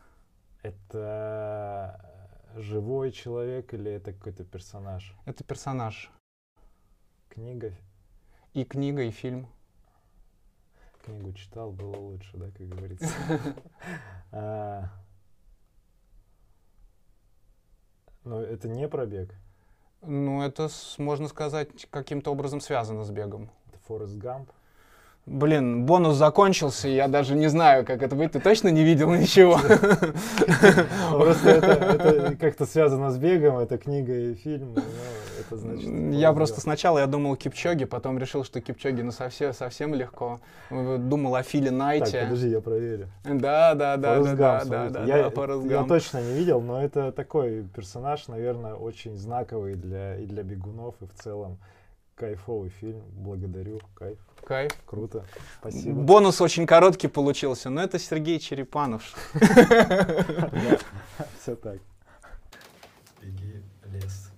Это... живой человек или это какой-то персонаж? Это персонаж. Книга? И книга, и фильм. Книгу читал, было лучше, да, как говорится. Но это не про бег? Ну, это, можно сказать, каким-то образом связано с бегом. Это Форест Гамп? Блин, бонус закончился, я даже не знаю, как это быть. Ты точно не видел ничего? Просто это как-то связано с бегом, это книга и фильм. Это значит... Я просто сначала я думал Кипчоги, потом решил, что Кипчоги ну совсем совсем легко. Думал о Филе Найте. Так, подожди, я проверю. Да, да, да, да, да, да. Я точно не видел, но это такой персонаж, наверное, очень знаковый для и для бегунов, и в целом кайфовый фильм. Благодарю, кайф. Кайф. Круто. Спасибо. Бонус очень короткий получился, но это Сергей Черепанов. Все так. Беги, лес.